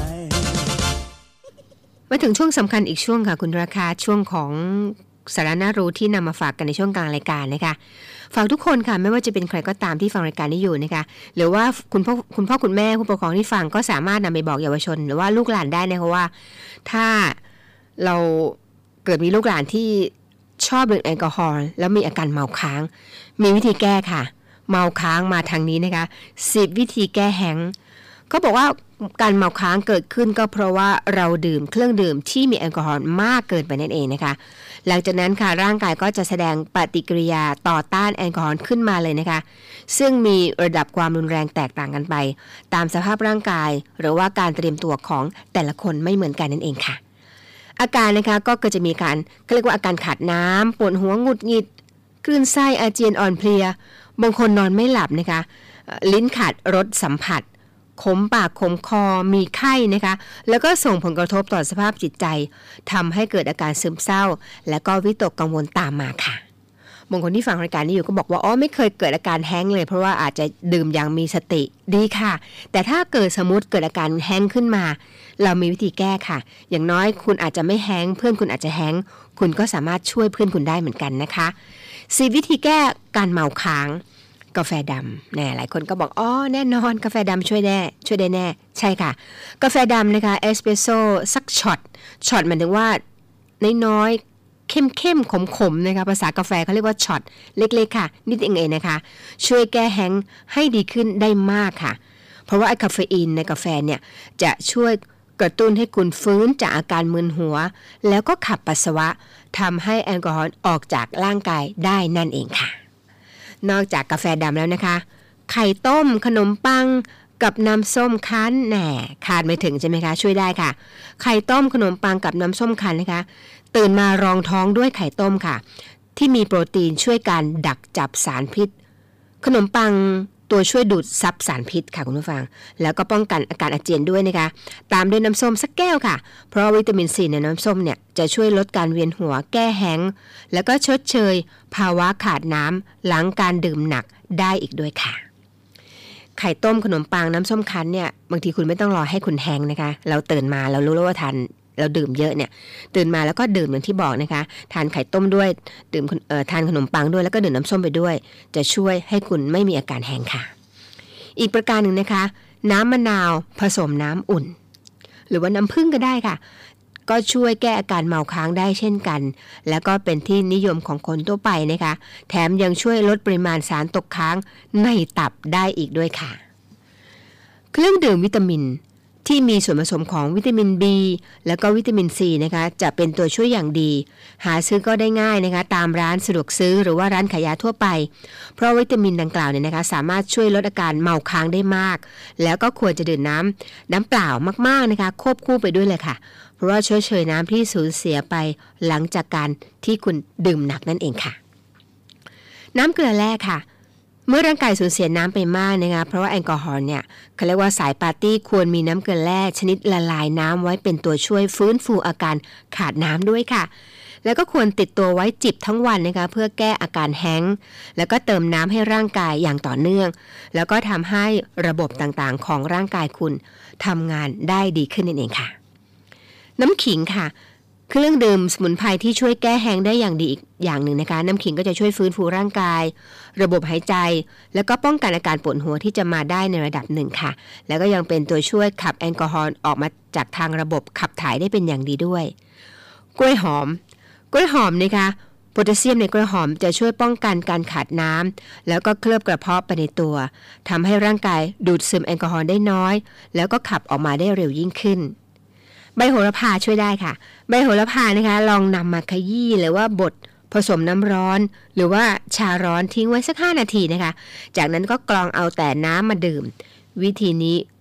มาถึงช่วงสำคัญอีกช่วงค่ะคุณราคาช่วงของสาระน่ารู้ที่นำมาฝากกันในช่วงกลางรายการนะคะฝากทุกคนค่ะไม่ว่าจะเป็นใครก็ตามที่ฟังรายการนี้อยู่นะคะหรือว่าคุณพ่อคุณแม่ผู้ปกครองที่ฟังก็สามารถนำไปบอกเยาวชนหรือว่าลูกหลานได้นะคะว่าถ้าเราเกิดมีลูกหลานที่ชอบดื่มแอลกอฮอล์แล้วมีอาการเมาค้างมีวิธีแก้ค่ะเมาค้างมาทางนี้นะคะ10 วิธีแก้แฮงก์เขาบอกว่าการเมาค้างเกิดขึ้นก็เพราะว่าเราดื่มเครื่องดื่มที่มีแอลกอฮอล์มากเกินไปนั่นเองนะคะหลังจากนั้นค่ะร่างกายก็จะแสดงปฏิกิริยาต่อต้านแอลกอฮอล์ขึ้นมาเลยนะคะซึ่งมีระดับความรุนแรงแตกต่างกันไปตามสภาพร่างกายหรือว่าการเตรียมตัวของแต่ละคนไม่เหมือนกันนั่นเองค่ะอาการนะคะก็จะมีการเรียกว่าอาการขาดน้ำปวดหัวหงุดหงิดคลื่นไส้อาเจียนอ่อนเพลียบางคนนอนไม่หลับนะคะลิ้นขาดรสสัมผัสขมปากขมคอมีไข้นะคะแล้วก็ส่งผลกระทบต่อสภาพจิตใจทำให้เกิดอาการซึมเศร้าและก็วิตกกังวลตามมาค่ะบางคนที่ฟังรายการนี้อยู่ก็บอกว่าไม่เคยเกิดอาการแฮงก์เลยเพราะว่าอาจจะดื่มอย่างมีสติดีค่ะแต่ถ้าเกิดสมมติเกิดอาการแฮงก์ขึ้นมาเรามีวิธีแก้ค่ะอย่างน้อยคุณอาจจะไม่แฮงก์เพื่อนคุณอาจจะแฮงก์คุณก็สามารถช่วยเพื่อนคุณได้เหมือนกันนะคะ10 วิธีแก้การเมาค้างกาแฟดำแน่หลายคนก็บอกแน่นอนกาแฟดำช่วยได้แน่ใช่ค่ะกาแฟดำนะคะเอสเปรสโซ่สักช็อตหมายถึงว่าน้อยๆเข้มขมนะคะภาษากาแฟเขาเรียกว่าช็อตเล็กๆค่ะนิดเองนะคะช่วยแก้แฮงก์ให้ดีขึ้นได้มากค่ะเพราะว่าไอ้คาเฟอีนในกาแฟเนี่ยจะช่วยกระตุ้นให้คุณฟื้นจากอาการมึนหัวแล้วก็ขับปัสสาวะทำให้แอลกอฮอล์ออกจากร่างกายได้นั่นเองค่ะนอกจากกาแฟดำแล้วนะคะไข่ต้มขนมปังกับน้ำส้มคั้นแหน่ขาดไม่ถึงใช่ไหมคะช่วยได้ค่ะไข่ต้มขนมปังกับน้ำส้มคั้นนะคะตื่นมารองท้องด้วยไข่ต้มค่ะที่มีโปรตีนช่วยการดักจับสารพิษขนมปังตัวช่วยดูดซับสารพิษค่ะคุณผู้ฟังแล้วก็ป้องกันอาการอาเจียนด้วยนะคะตามด้วยน้ำส้มสักแก้วค่ะเพราะวิตามินซีในน้ำส้มเนี่ยจะช่วยลดการเวียนหัวแก้แฮงก์แล้วก็ชดเชยภาวะขาดน้ำหลังการดื่มหนักได้อีกด้วยค่ะไข่ต้มขนมปังน้ำส้มคั้นเนี่ยบางทีคุณไม่ต้องรอให้คุณแฮงก์นะคะเราตื่นมาเรารู้แล้วว่าเราดื่มเยอะเนี่ยตื่นมาแล้วก็ดื่มอย่างที่บอกนะคะทานไข่ต้มด้วยดื่มทานขนมปังด้วยแล้วก็ดื่มน้ำส้มไปด้วยจะช่วยให้คุณไม่มีอาการแฮงก์ค่ะอีกประการหนึ่งนะคะน้ำมะนาวผสมน้ำอุ่นหรือว่าน้ำผึ้งก็ได้ค่ะก็ช่วยแก้อาการเมาค้างได้เช่นกันแล้วก็เป็นที่นิยมของคนทั่วไปนะคะแถมยังช่วยลดปริมาณสารตกค้างในตับได้อีกด้วยค่ะเครื่องดื่มวิตามินที่มีส่วนผสมของวิตามิน B แล้วก็วิตามิน C นะคะจะเป็นตัวช่วยอย่างดีหาซื้อก็ได้ง่ายนะคะตามร้านสะดวกซื้อหรือว่าร้านขายยาทั่วไปเพราะวิตามินดังกล่าวเนี่ยนะคะสามารถช่วยลดอาการเมาค้างได้มากแล้วก็ควรจะดื่มน้ำเปล่ามากๆนะคะควบคู่ไปด้วยเลยค่ะเพราะว่าช่วยเชยน้ำที่สูญเสียไปหลังจากการที่คุณดื่มหนักนั่นเองค่ะน้ำเกลือแร่ค่ะเมื่อร่างกายสูญเสียน้ำไปมากนะคะเพราะว่าแอลกอฮอล์เนี่ยเขาเรียกว่าสายปาร์ตี้ควรมีน้ำเกลือแร่ชนิดละลายน้ำไว้เป็นตัวช่วยฟื้นฟูอาการขาดน้ำด้วยค่ะแล้วก็ควรติดตัวไว้จิบทั้งวันนะคะเพื่อแก้อาการแฮงก์แล้วก็เติมน้ำให้ร่างกายอย่างต่อเนื่องแล้วก็ทำให้ระบบต่างๆของร่างกายคุณทำงานได้ดีขึ้นนั่นเองค่ะน้ำขิงค่ะเครื่องดื่มสมุนไพรที่ช่วยแก้แฮงก์ได้อย่างดีอีกอย่างหนึ่งนะคะน้ำขิงก็จะช่วยฟื้นฟูร่างกายระบบหายใจแล้วก็ป้องกันอาการปวดหัวที่จะมาได้ในระดับหนึ่งค่ะแล้วก็ยังเป็นตัวช่วยขับแอลกอฮอล์ออกมาจากทางระบบขับถ่ายได้เป็นอย่างดีด้วยกล้วยหอมนะคะโพแทสเซียมในกล้วยหอมจะช่วยป้องกันการขาดน้ำแล้วก็เคลือบกระเพาะไปในตัวทำให้ร่างกายดูดซึมแอลกอฮอล์ได้น้อยแล้วก็ขับออกมาได้เร็วยิ่งขึ้นใบโหระพาช่วยได้ค่ะใบโหระพานะคะลองนำมาขยี้หรือว่าบดผสมน้ำร้อนหรือว่าชาร้อนทิ้งไว้สัก5 นาทีนะคะจากนั้นก็กรองเอาแต่น้ำมาดื่มวิธีนี้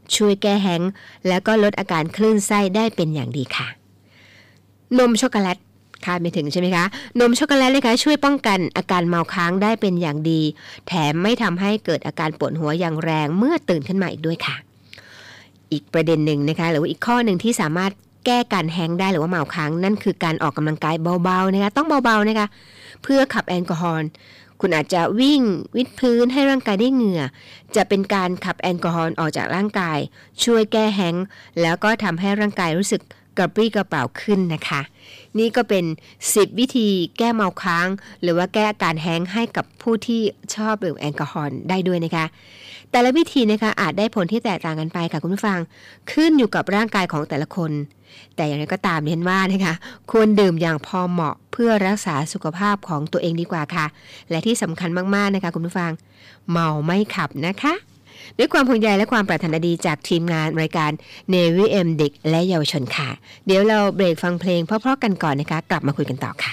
ช่วยแก้แห้งก์แล้วก็ลดอาการคลื่นไส้ได้เป็นอย่างดีค่ะนมช็อกโกแลตคาดไม่ถึงใช่ไหมคะนมช็อกโกแลตนะคะช่วยป้องกันอาการเมาค้างได้เป็นอย่างดีแถมไม่ทำให้เกิดอาการปวดหัวอย่างแรงเมื่อตื่นขึ้นมาอีกด้วยค่ะอีกประเด็นหนึ่งนะคะหรือว่าอีกข้อหนึ่งที่สามารถแก้การแห้งก์ได้หรือว่าเมาค้างนั่นคือการออกกำลังกายเบาๆนะคะต้องเบาๆนะคะเพื่อขับแอลกอฮอล์คุณอาจจะวิ่งวิดพื้นให้ร่างกายได้เหงื่อจะเป็นการขับแอลกอฮอล์ออกจากร่างกายช่วยแก้แห้งก์แล้วก็ทำให้ร่างกายรู้สึกกระปรี้กระเปร่าขึ้นนะคะนี่ก็เป็น10วิธีแก้เมาค้างหรือว่าแก้อาการแห้งก์ให้กับผู้ที่ชอบดื่มแอลกอฮอล์ได้ด้วยนะคะแต่ละวิธีนะคะอาจได้ผลที่แตกต่างกันไปค่ะคุณผู้ฟังขึ้นอยู่กับร่างกายของแต่ละคนแต่อย่างไรก็ตามเรียนว่านะคะควรดื่มอย่างพอเหมาะเพื่อรักษาสุขภาพของตัวเองดีกว่าค่ะและที่สำคัญมากๆนะคะคุณผู้ฟังเมาไม่ขับนะคะด้วยความห่วงใยและความปรารถนาดีจากทีมงานรายการ Navy AM เด็กและเยาวชนค่ะเดี๋ยวเราเบรกฟังเพลงเพราะๆกันก่อนนะคะกลับมาคุยกันต่อค่ะ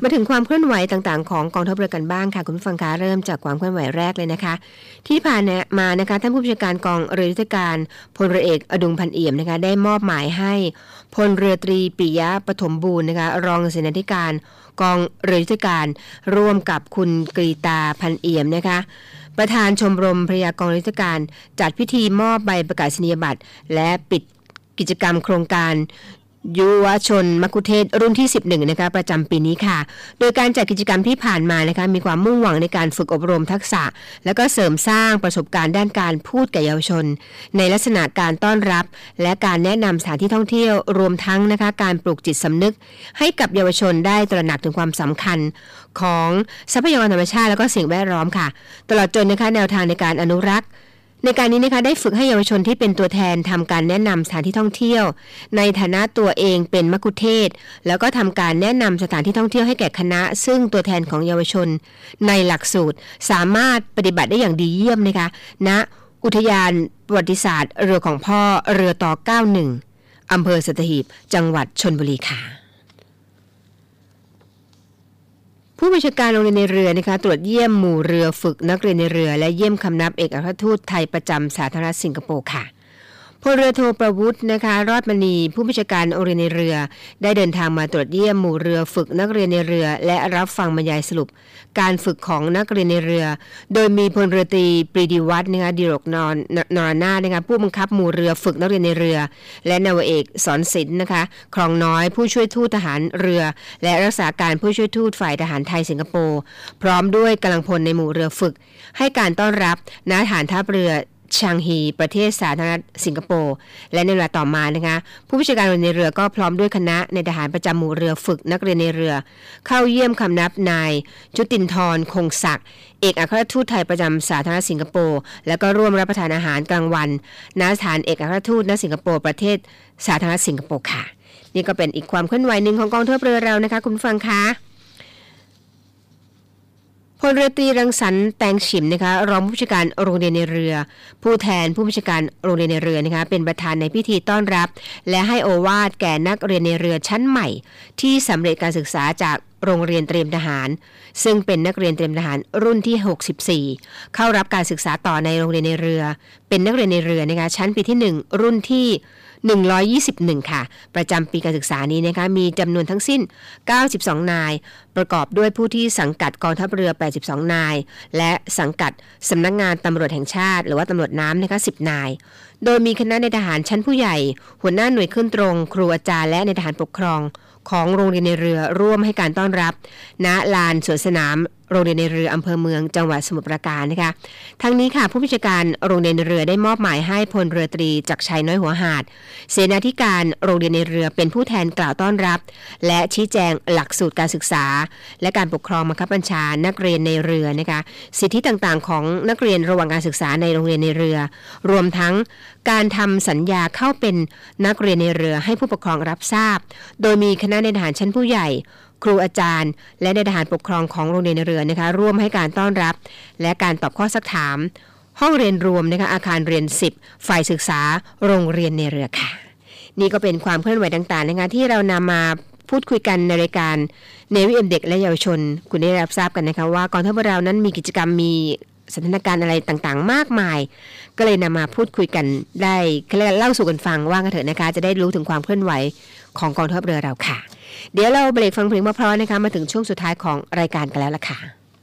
มาถึงความเคลื่อนไหวต่างๆของกองทัพเรือกันบ้างค่ะคุณผู้ฟังคะเริ่มจากความเคลื่อนไหวแรกเลยนะคะที่ผ่านมานะคะท่านผู้บัญชาการกองเรือยุทธการพลเรือเอกอดุงพันเอี่ยมนะคะได้มอบหมายให้พลเรือตรีปิยะปฐมบูรณ์นะคะรองเสนาธิการกองเรือยุทธการร่วมกับคุณกรีตาพันเอี่ยมนะคะประธานชมรมภรรยากองเรือยุทธการจัดพิธีมอบใบประกาศนียบัตรและปิดกิจกรรมโครงการยุวชนมัคคุเทศรุ่นที่11นะคะประจำปีนี้ค่ะโดยการจัดกิจกรรมที่ผ่านมานะคะมีความมุ่งหวังในการฝึกอบรมทักษะและก็เสริมสร้างประสบการณ์ด้านการพูดแก่เยาวชนในลักษณะการต้อนรับและการแนะนำสถานที่ท่องเที่ยวรวมทั้งนะคะการปลูกจิตสำนึกให้กับเยาวชนได้ตระหนักถึงความสำคัญของทรัพยากรธรรมชาติและก็สิ่งแวดล้อมค่ะตลอดจนนะคะแนวทางในการอนุรักษ์ในการนี้นะคะได้ฝึกให้เยาวชนที่เป็นตัวแทนทำการแนะนำสถานที่ท่องเที่ยวในฐานะตัวเองเป็นมัคคุเทศก์แล้วก็ทำการแนะนำสถานที่ท่องเที่ยวให้แก่คณะซึ่งตัวแทนของเยาวชนในหลักสูตรสามารถปฏิบัติได้อย่างดีเยี่ยมนะคะณอุทยานประวัติศาสตร์เรือของพ่อเรือต่อ91อำเภอสัตหีบจังหวัดชลบุรีค่ะผู้บัญชาการโรงเรียนในเรือนะคะตรวจเยี่ยมหมู่เรือฝึกนักเรียนในเรือและเยี่ยมคำนับเอกอัครทูตไทยประจำสาธารณรัฐสิงคโปร์ค่ะพลเรือโทประวุฒินะคะรอดมณีผู้บัญชาการโรงเรียนในเรือได้เดินทางมาตรวจเยี่ยมหมู่เรือฝึกนักเรียนในเรือและรับฟังบรรยายสรุปการฝึกของนักเรียนในเรือโดยมีพลเรือตรีปรีดีวัฒน์นะคะดิรกนรนาถนะคะผู้บังคับหมู่เรือฝึกนักเรียนในเรือและนาวาเอกสอนศิลป์นะคะครองน้อยผู้ช่วยทูตทหารเรือและรักษาการผู้ช่วยทูตฝ่ายทหารไทยสิงคโปร์พร้อมด้วยกำลังพลในหมู่เรือฝึกให้การต้อนรับณฐานทัพเรือชางฮีประเทศสาธารณรัฐสิงคโปร์และในเวลาต่อมานะคะผู้บัญชาการในเรือก็พร้อมด้วยคณะในทหารประจำหมู่เรือฝึกนักเรียนในเรือเข้าเยี่ยมคำนับนายจุตินทรคงศักดิ์เอกอัครทูตไทยประจำสาธารณรัฐสิงคโปร์แล้วก็ร่วมรับประทานอาหารกลางวันณสถานเอกอัครทูตณสิงคโปร์ประเทศสาธารณรัฐสิงคโปร์ค่ะนี่ก็เป็นอีกความเคลื่อนไหวหนึ่งของกองทัพเรือเรานะคะคุณฟังคะพลเรือตรีรังสรรค์แตงฉิมนะคะรองผู้บัญชาการโรงเรียนในเรือผู้แทนผู้บัญชาการโรงเรียนในเรือนะคะเป็นประธานในพิธีต้อนรับและให้โอวาทแก่นักเรียนในเรือชั้นใหม่ที่สำเร็จการศึกษาจากโรงเรียนเตรียมทหารซึ่งเป็นนักเรียนเตรียมทหารรุ่นที่64เข้ารับการศึกษาต่อในโรงเรียนในเรือเป็นนักเรียนในเรือนะคะชั้นปีที่1รุ่นที่121ค่ะประจำปีการศึกษานี้นะคะมีจำนวนทั้งสิ้น92นายประกอบด้วยผู้ที่สังกัดกองทัพเรือ82นายและสังกัดสำนักงานตำรวจแห่งชาติหรือว่าตำรวจน้ำนะคะ10นายโดยมีคณะในทหารชั้นผู้ใหญ่หัวหน้าหน่วยขึ้นตรงครูอาจารย์และในทหารปกครองของโรงเรียนในเรือร่วมให้การต้อนรับณลานสวนสนามโรงเรียนในเรืออำเภอเมืองจังหวัดสมุทรปราการนะคะทั้งนี้ค่ะผู้บัญชาการโรงเรียนในเรือได้มอบหมายให้พลเรือตรีจักรชัยน้อยหัวหาดเสนาธิการโรงเรียนในเรือเป็นผู้แทนกล่าวต้อนรับและชี้แจงหลักสูตรการศึกษาและการปกครองบังคับบัญชานักเรียนในเรือนะคะสิทธิต่างๆของนักเรียนระหว่างการศึกษาในโรงเรียนในเรือรวมทั้งการทำสัญญาเข้าเป็นนักเรียนในเรือให้ผู้ปกครองรับทราบโดยมีคณะในทหารชั้นผู้ใหญ่ครูอาจารย์และในทหารปกครองของโรงเรียนในเรือนะคะร่วมให้การต้อนรับและการตอบข้อซักถามห้องเรียนรวมนะคะอาคารเรียน10ฝ่ายศึกษาโรงเรียนในเรือค่ะนี่ก็เป็นความเคลื่อนไหวต่างๆนะคะที่เรานำมาพูดคุยกันในรายการเนวิเอ็มเด็กและเยาวชนคุณได้รับทราบกันนะคะว่ากองทัพเรานั้นมีกิจกรรมมีสถานการณ์อะไรต่างๆมากมายก็เลยนำมาพูดคุยกันได้เล่าสู่กันฟังว่ากันเถอะนะคะจะได้รู้ถึงความเคลื่อนไหวของกองทัพเรือเราค่ะเดี๋ยวเราเบรกฟังเพลงเพราะๆนะคะมาถึงช่วงสุดท้ายของรายการกันแล้วล่ะค่ะ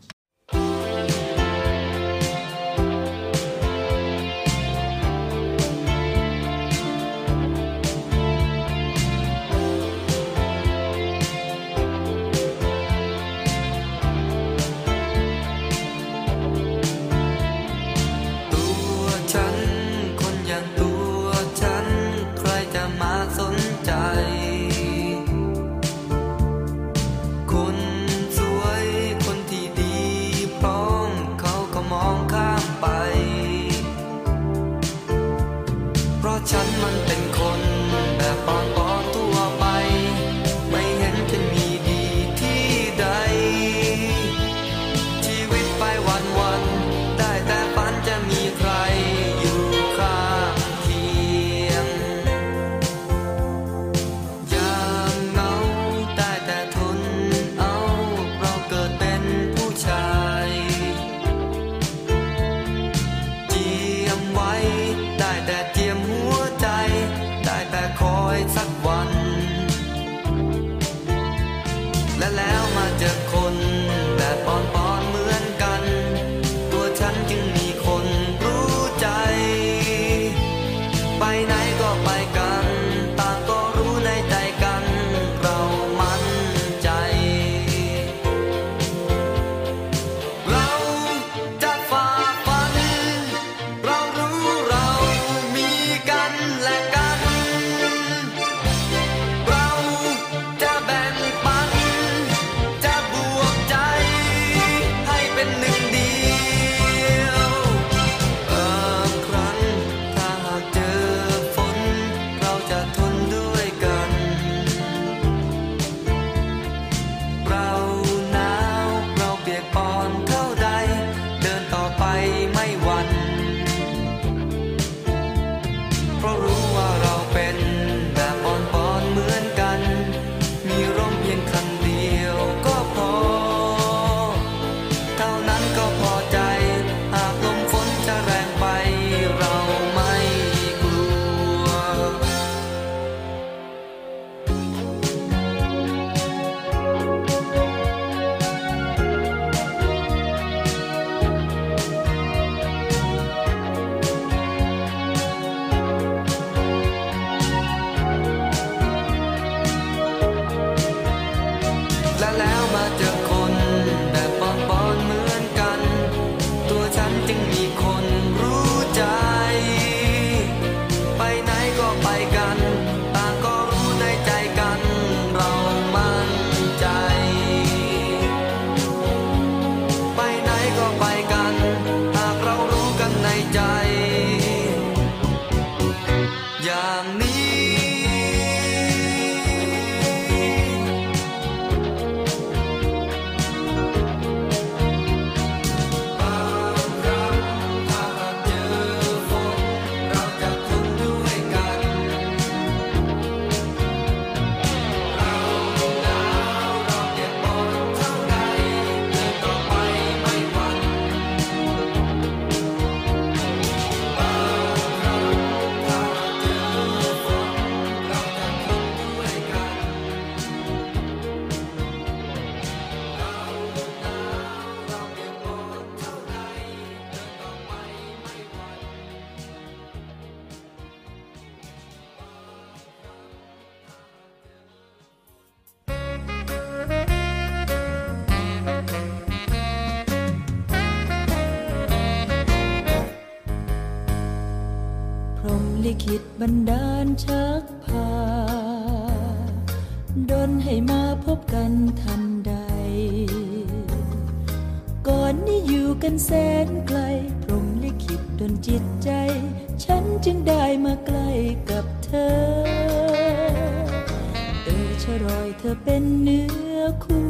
ฉันมันเป็นคนแบบปอนทั่วไปไม่เห็นจะมีดีที่ใดชีวิตไปวันๆได้แต่ฝันจะมีใครอยู่ข้างเคียงยามเหงาได้แต่ทนเอาเจียมหัวใจได้แต่คอยสักวันและแล้วมาเจอคนแบบปอนๆเหมือนกันตัวฉันจึงมีคนรู้ใจไปไหนก็ไปกันต่างก็รู้ในใจกันเรามั่นใจเราจะฝ่าฟันเรารู้เรามีกันและกันเราจะแบ่งปันจะบวกใจให้เป็นหนึ่งเดียวครั้นถ้าหากเจอฝนเราจะทนด้วยกันเราหนาวเราเปียกปอนเท่าใดเดินต่อไปไม่หวั่นเพราะรู้ว่าเราเป็นแบบปอนๆเหมือนกันมีร่มเพียงคันเดียวก็พอเท่านั้นก็พอใจหากลมฝนจะแรงไปเราไม่กลัวและแล้วมาเจอคนแบบปอนๆเหมือนกันตัวฉันจึงมีคนรู้ใจไปไหนก็ไปกันต่างก็รู้ในใจกันเรามั่นใจไปไหนก็ไปกันหากเรารู้กันในใจอย่างนี้บางครั้งถ้าหากเจอฝนเราจะทนด้วยกันเราหนาวเราเปียกปอนเท่าใดเดินต่อไปไม่หวั่นบางครั้งถ้าหากเจอฝนเราจะทนด้วยกันเราหนาวเราเปียกปอนเท่าใดเดินต่อไปไม่หวั่นพรหมลิขิตบันดาลชักพาดลให้มาพบกันทันใด ก่อนนี้อยู่กันแสนไกลพรหมลิขิตดลจิตใจ ฉันจึงได้มาใกล้กับเธอชะรอยเธอเป็นเนื้อคู่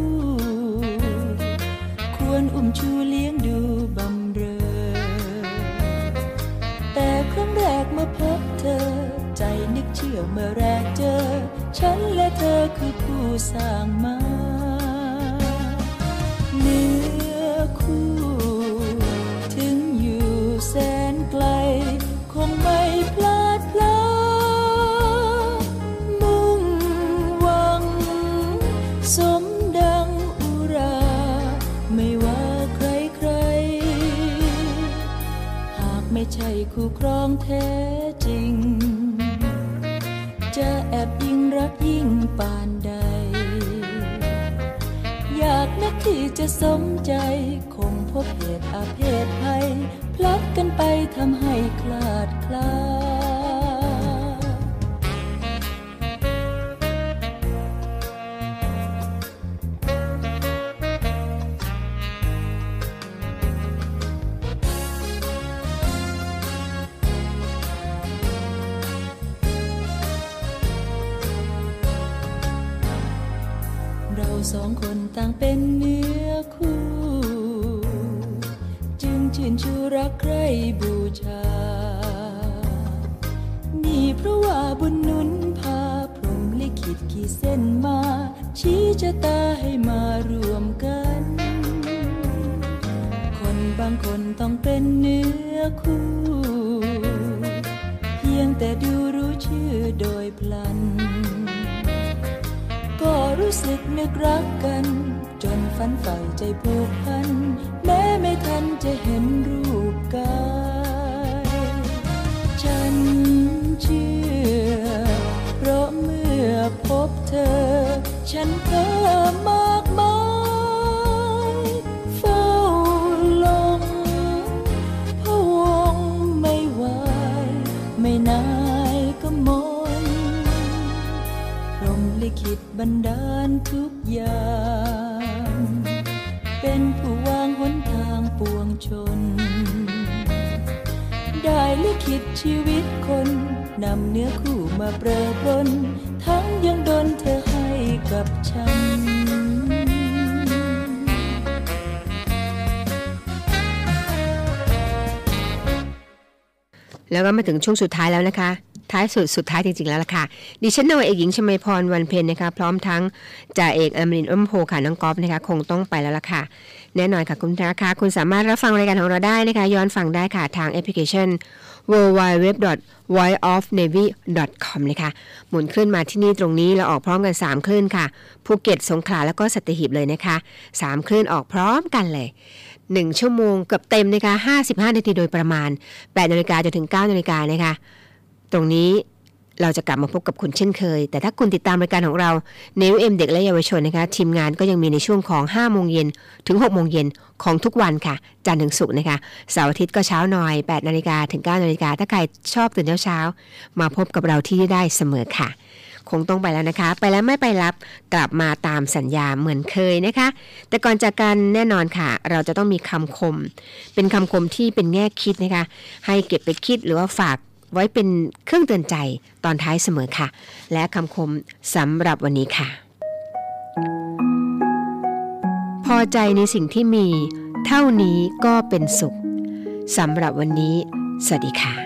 ควรอุ้มชูเลี้ยงดูบำเรอ แต่ครั้งแรกมาพบเธอ ใจนึกเชื่อเมื่อแรกเจอ ฉันและเธอคือผู้สร้างมาเนื้อคู่ ถึงอยู่แสนไกล คงไม่พลาดพลั้งมุ่งหวังสมดังอุรา ไม่ว่าใครๆ หากไม่ใช่คู่ครองแท้จริง จะแอบยิ่งรักยิ่งปานใด อยากนักที่จะสมใจคงพบเหตุอาเพศภัยพลัดกันไปทำให้คลาดคลา เราสองคนต่างเป็นเนื้อคู่ จึงชื่นชูรักใคร่บูชา นี่เพราะว่าบุญหนุนพาพรหมลิขิตขีดเส้นมา ชี้ชะตาให้มารวมกัน คนบางคนต้องเป็นเนื้อคู่ เพียยงแต่ดูรู้ชื่อโดยพลันก็รู้สึกนึกรักกันจนฝันใฝ่ใจผูกพันแม้ไม่ทันจะเห็นรูปกายฉันเชื่อเพราะเมื่อพบเธอฉันเพ้อมากมายเฝ้าลงพะวงไม่ไหวไม่นายก็มนพรหมลิขิตบันดาลทุกอย่างเป็นผู้วางหนทางปวงชนได้ลิขิตชีวิตคนนำเนื้อคู่มาเปรอะปรนทั้งยังดลเธอให้กับฉันแล้วก็มาถึงช่วงสุดท้ายแล้วนะคะท้ายสุดท้ายจริงๆแล้วล่ะค่ะดิฉันนาวาเอกหญิงชมาพรวันเพ็ญนะคะพร้อมทั้งจ่าเอกอมรินทร์อ้นโพค่ะน้องก๊อฟนะคะคงต้องไปแล้วล่ะค่ะแน่นอนค่ะคุณนะคะคุณสามารถรับฟังรายการของเราได้นะคะย้อนฟังได้ค่ะทางแอปพลิเคชัน www.voiceofnavy.com เลยค่ะหมุนคลื่นมาที่นี่ตรงนี้เราออกพร้อมกัน3คลื่นค่ะภูเก็ตสงขลาแล้วก็สัตหีบเลยนะคะ3คลื่นออกพร้อมกันเลย1ชั่วโมงเกือบเต็มนะคะ55นาทีโดยประมาณ 8:00 นจนถึง 9:00 นนะคะตรงนี้เราจะกลับมาพบกับคุณเช่นเคยแต่ถ้าคุณติดตามรายการของเราในFMเด็กและเยาวชนนะคะทีมงานก็ยังมีในช่วงของ 5 โมงเย็นถึง 6 โมงเย็นของทุกวันค่ะจันทร์ถึงศุกร์นะคะเสาร์อาทิตย์ก็เช้าหน่อย 8:00 นถึง 9:00 นถ้าใครชอบตื่นเช้าๆมาพบกับเราที่ได้เสมอค่ะคงต้องไปแล้วนะคะไปแล้วไม่ไปรับกลับมาตามสัญญาเหมือนเคยนะคะแต่ก่อนจากกันแน่นอนค่ะเราจะต้องมีคำคมเป็นคำคมที่เป็นแง่คิดนะคะให้เก็บไปคิดหรือว่าฝากไว้เป็นเครื่องเตือนใจตอนท้ายเสมอค่ะและคำคมสำหรับวันนี้ค่ะพอใจในสิ่งที่มีเท่านี้ก็เป็นสุขสำหรับวันนี้สวัสดีค่ะ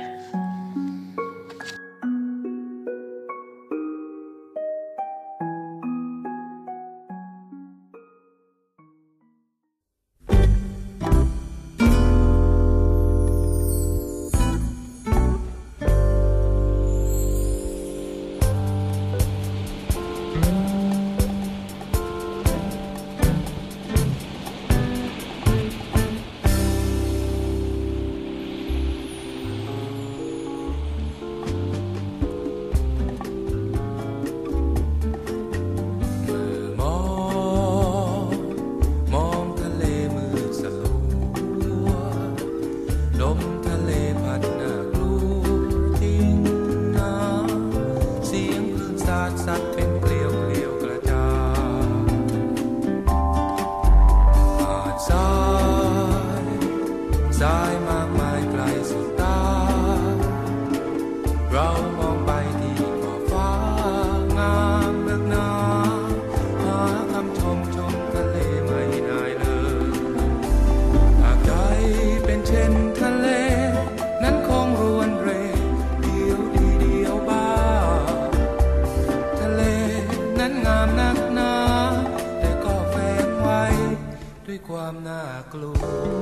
ความน่ากลัว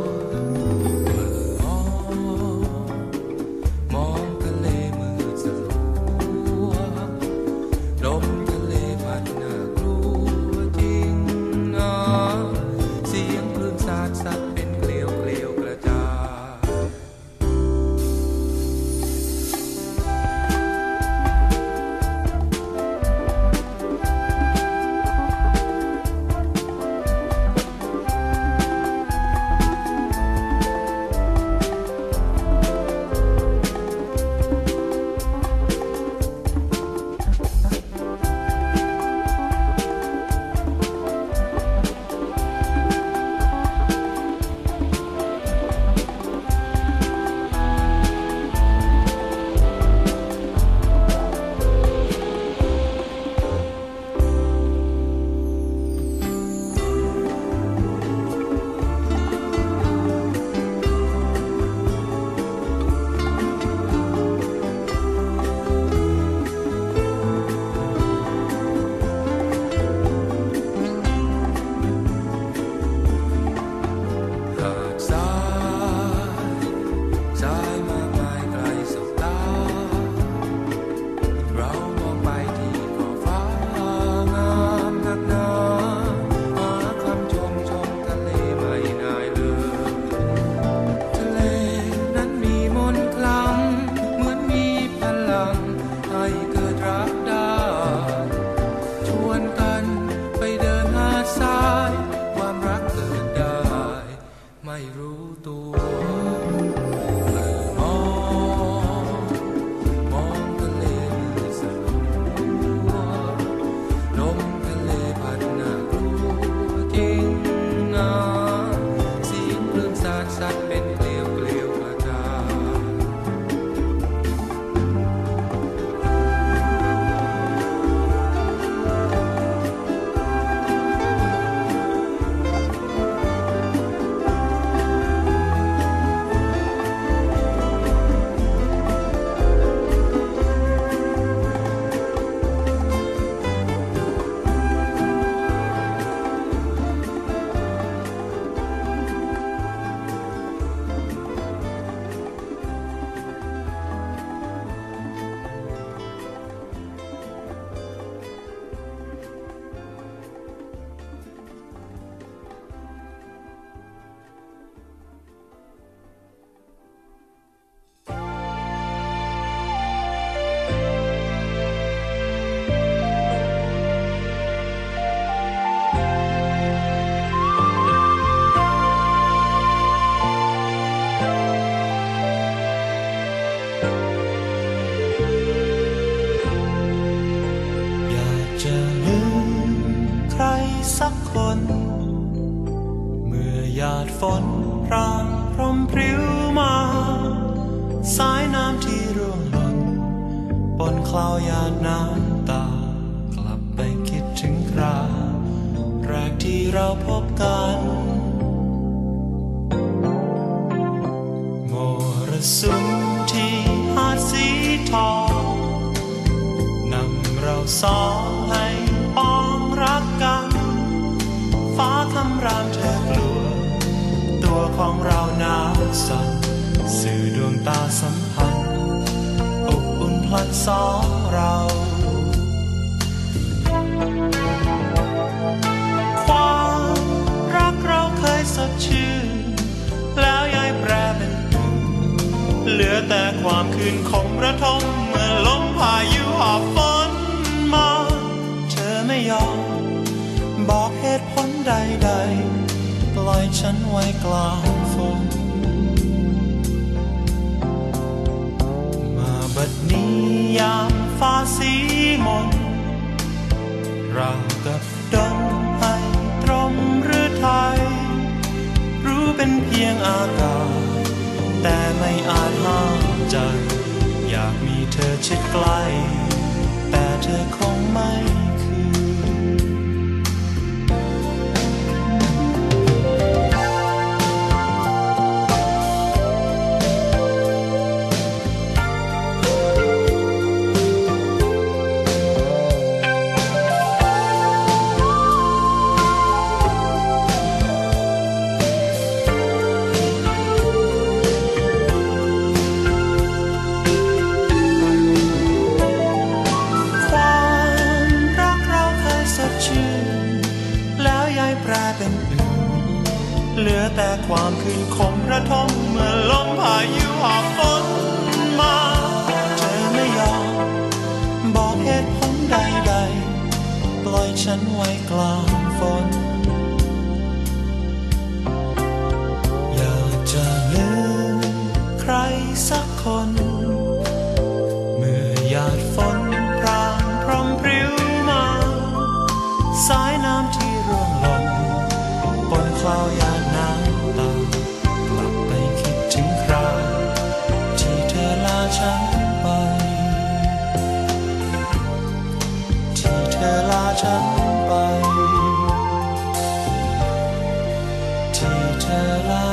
มองทะเลมืดสลัวลมทะเลพัดน่ากลัวจริงนะเสียงคลื่นสาดซัดเป็นเกลียวเกลียวกระจายนพรางพรมพริ้วมาสายน้ำที่ร่วงหล่นปนคลาวหยาดน้ำตากลับไปคิดถึงคราแรกที่เราพบกันมรสุมที่หาดสีทองนำเราสองให้ป้องรักกันฟ้าคำรามเธอกลัวตัวของเราหนาวสั่นสื่อดวงตาสัมพันธ์อบอุ่นพลันสองเราความรักเราเคยสดชื่นแล้วย้ายแปรเป็นอื่นเหลือแต่ความคืนคมระทมเมื่อลมพายุหอบฝนมาเธอไม่ยอมบอกเหตุผลใดๆปล่อยฉันไว้กลางฝนมาบัดนี้ยามฟ้าสีมนเรากับดนให้ตรมหรือไทยรู้เป็นเพียงอากาศแต่ไม่อาจห้ามใจอยากมีเธอชิดใกล้แต่เธอคงไม่เหลือแต่ความคืนคมระทมเมื่อลมพายุหอบฝนมาเธอไม่ยอมบอกเหตุผลใดๆปล่อยฉันไว้กลางฝนอยากจะลืมใครสักคนเมื่อหยาดฝนพรางพรมพริ้วมาสายน้ำที่ร่วงหล่นปนคลาวหยาดน้ำตากลับไปคิดถึงคราที่เธอลาฉันไปที่เธอลาฉันไปที่เธอลา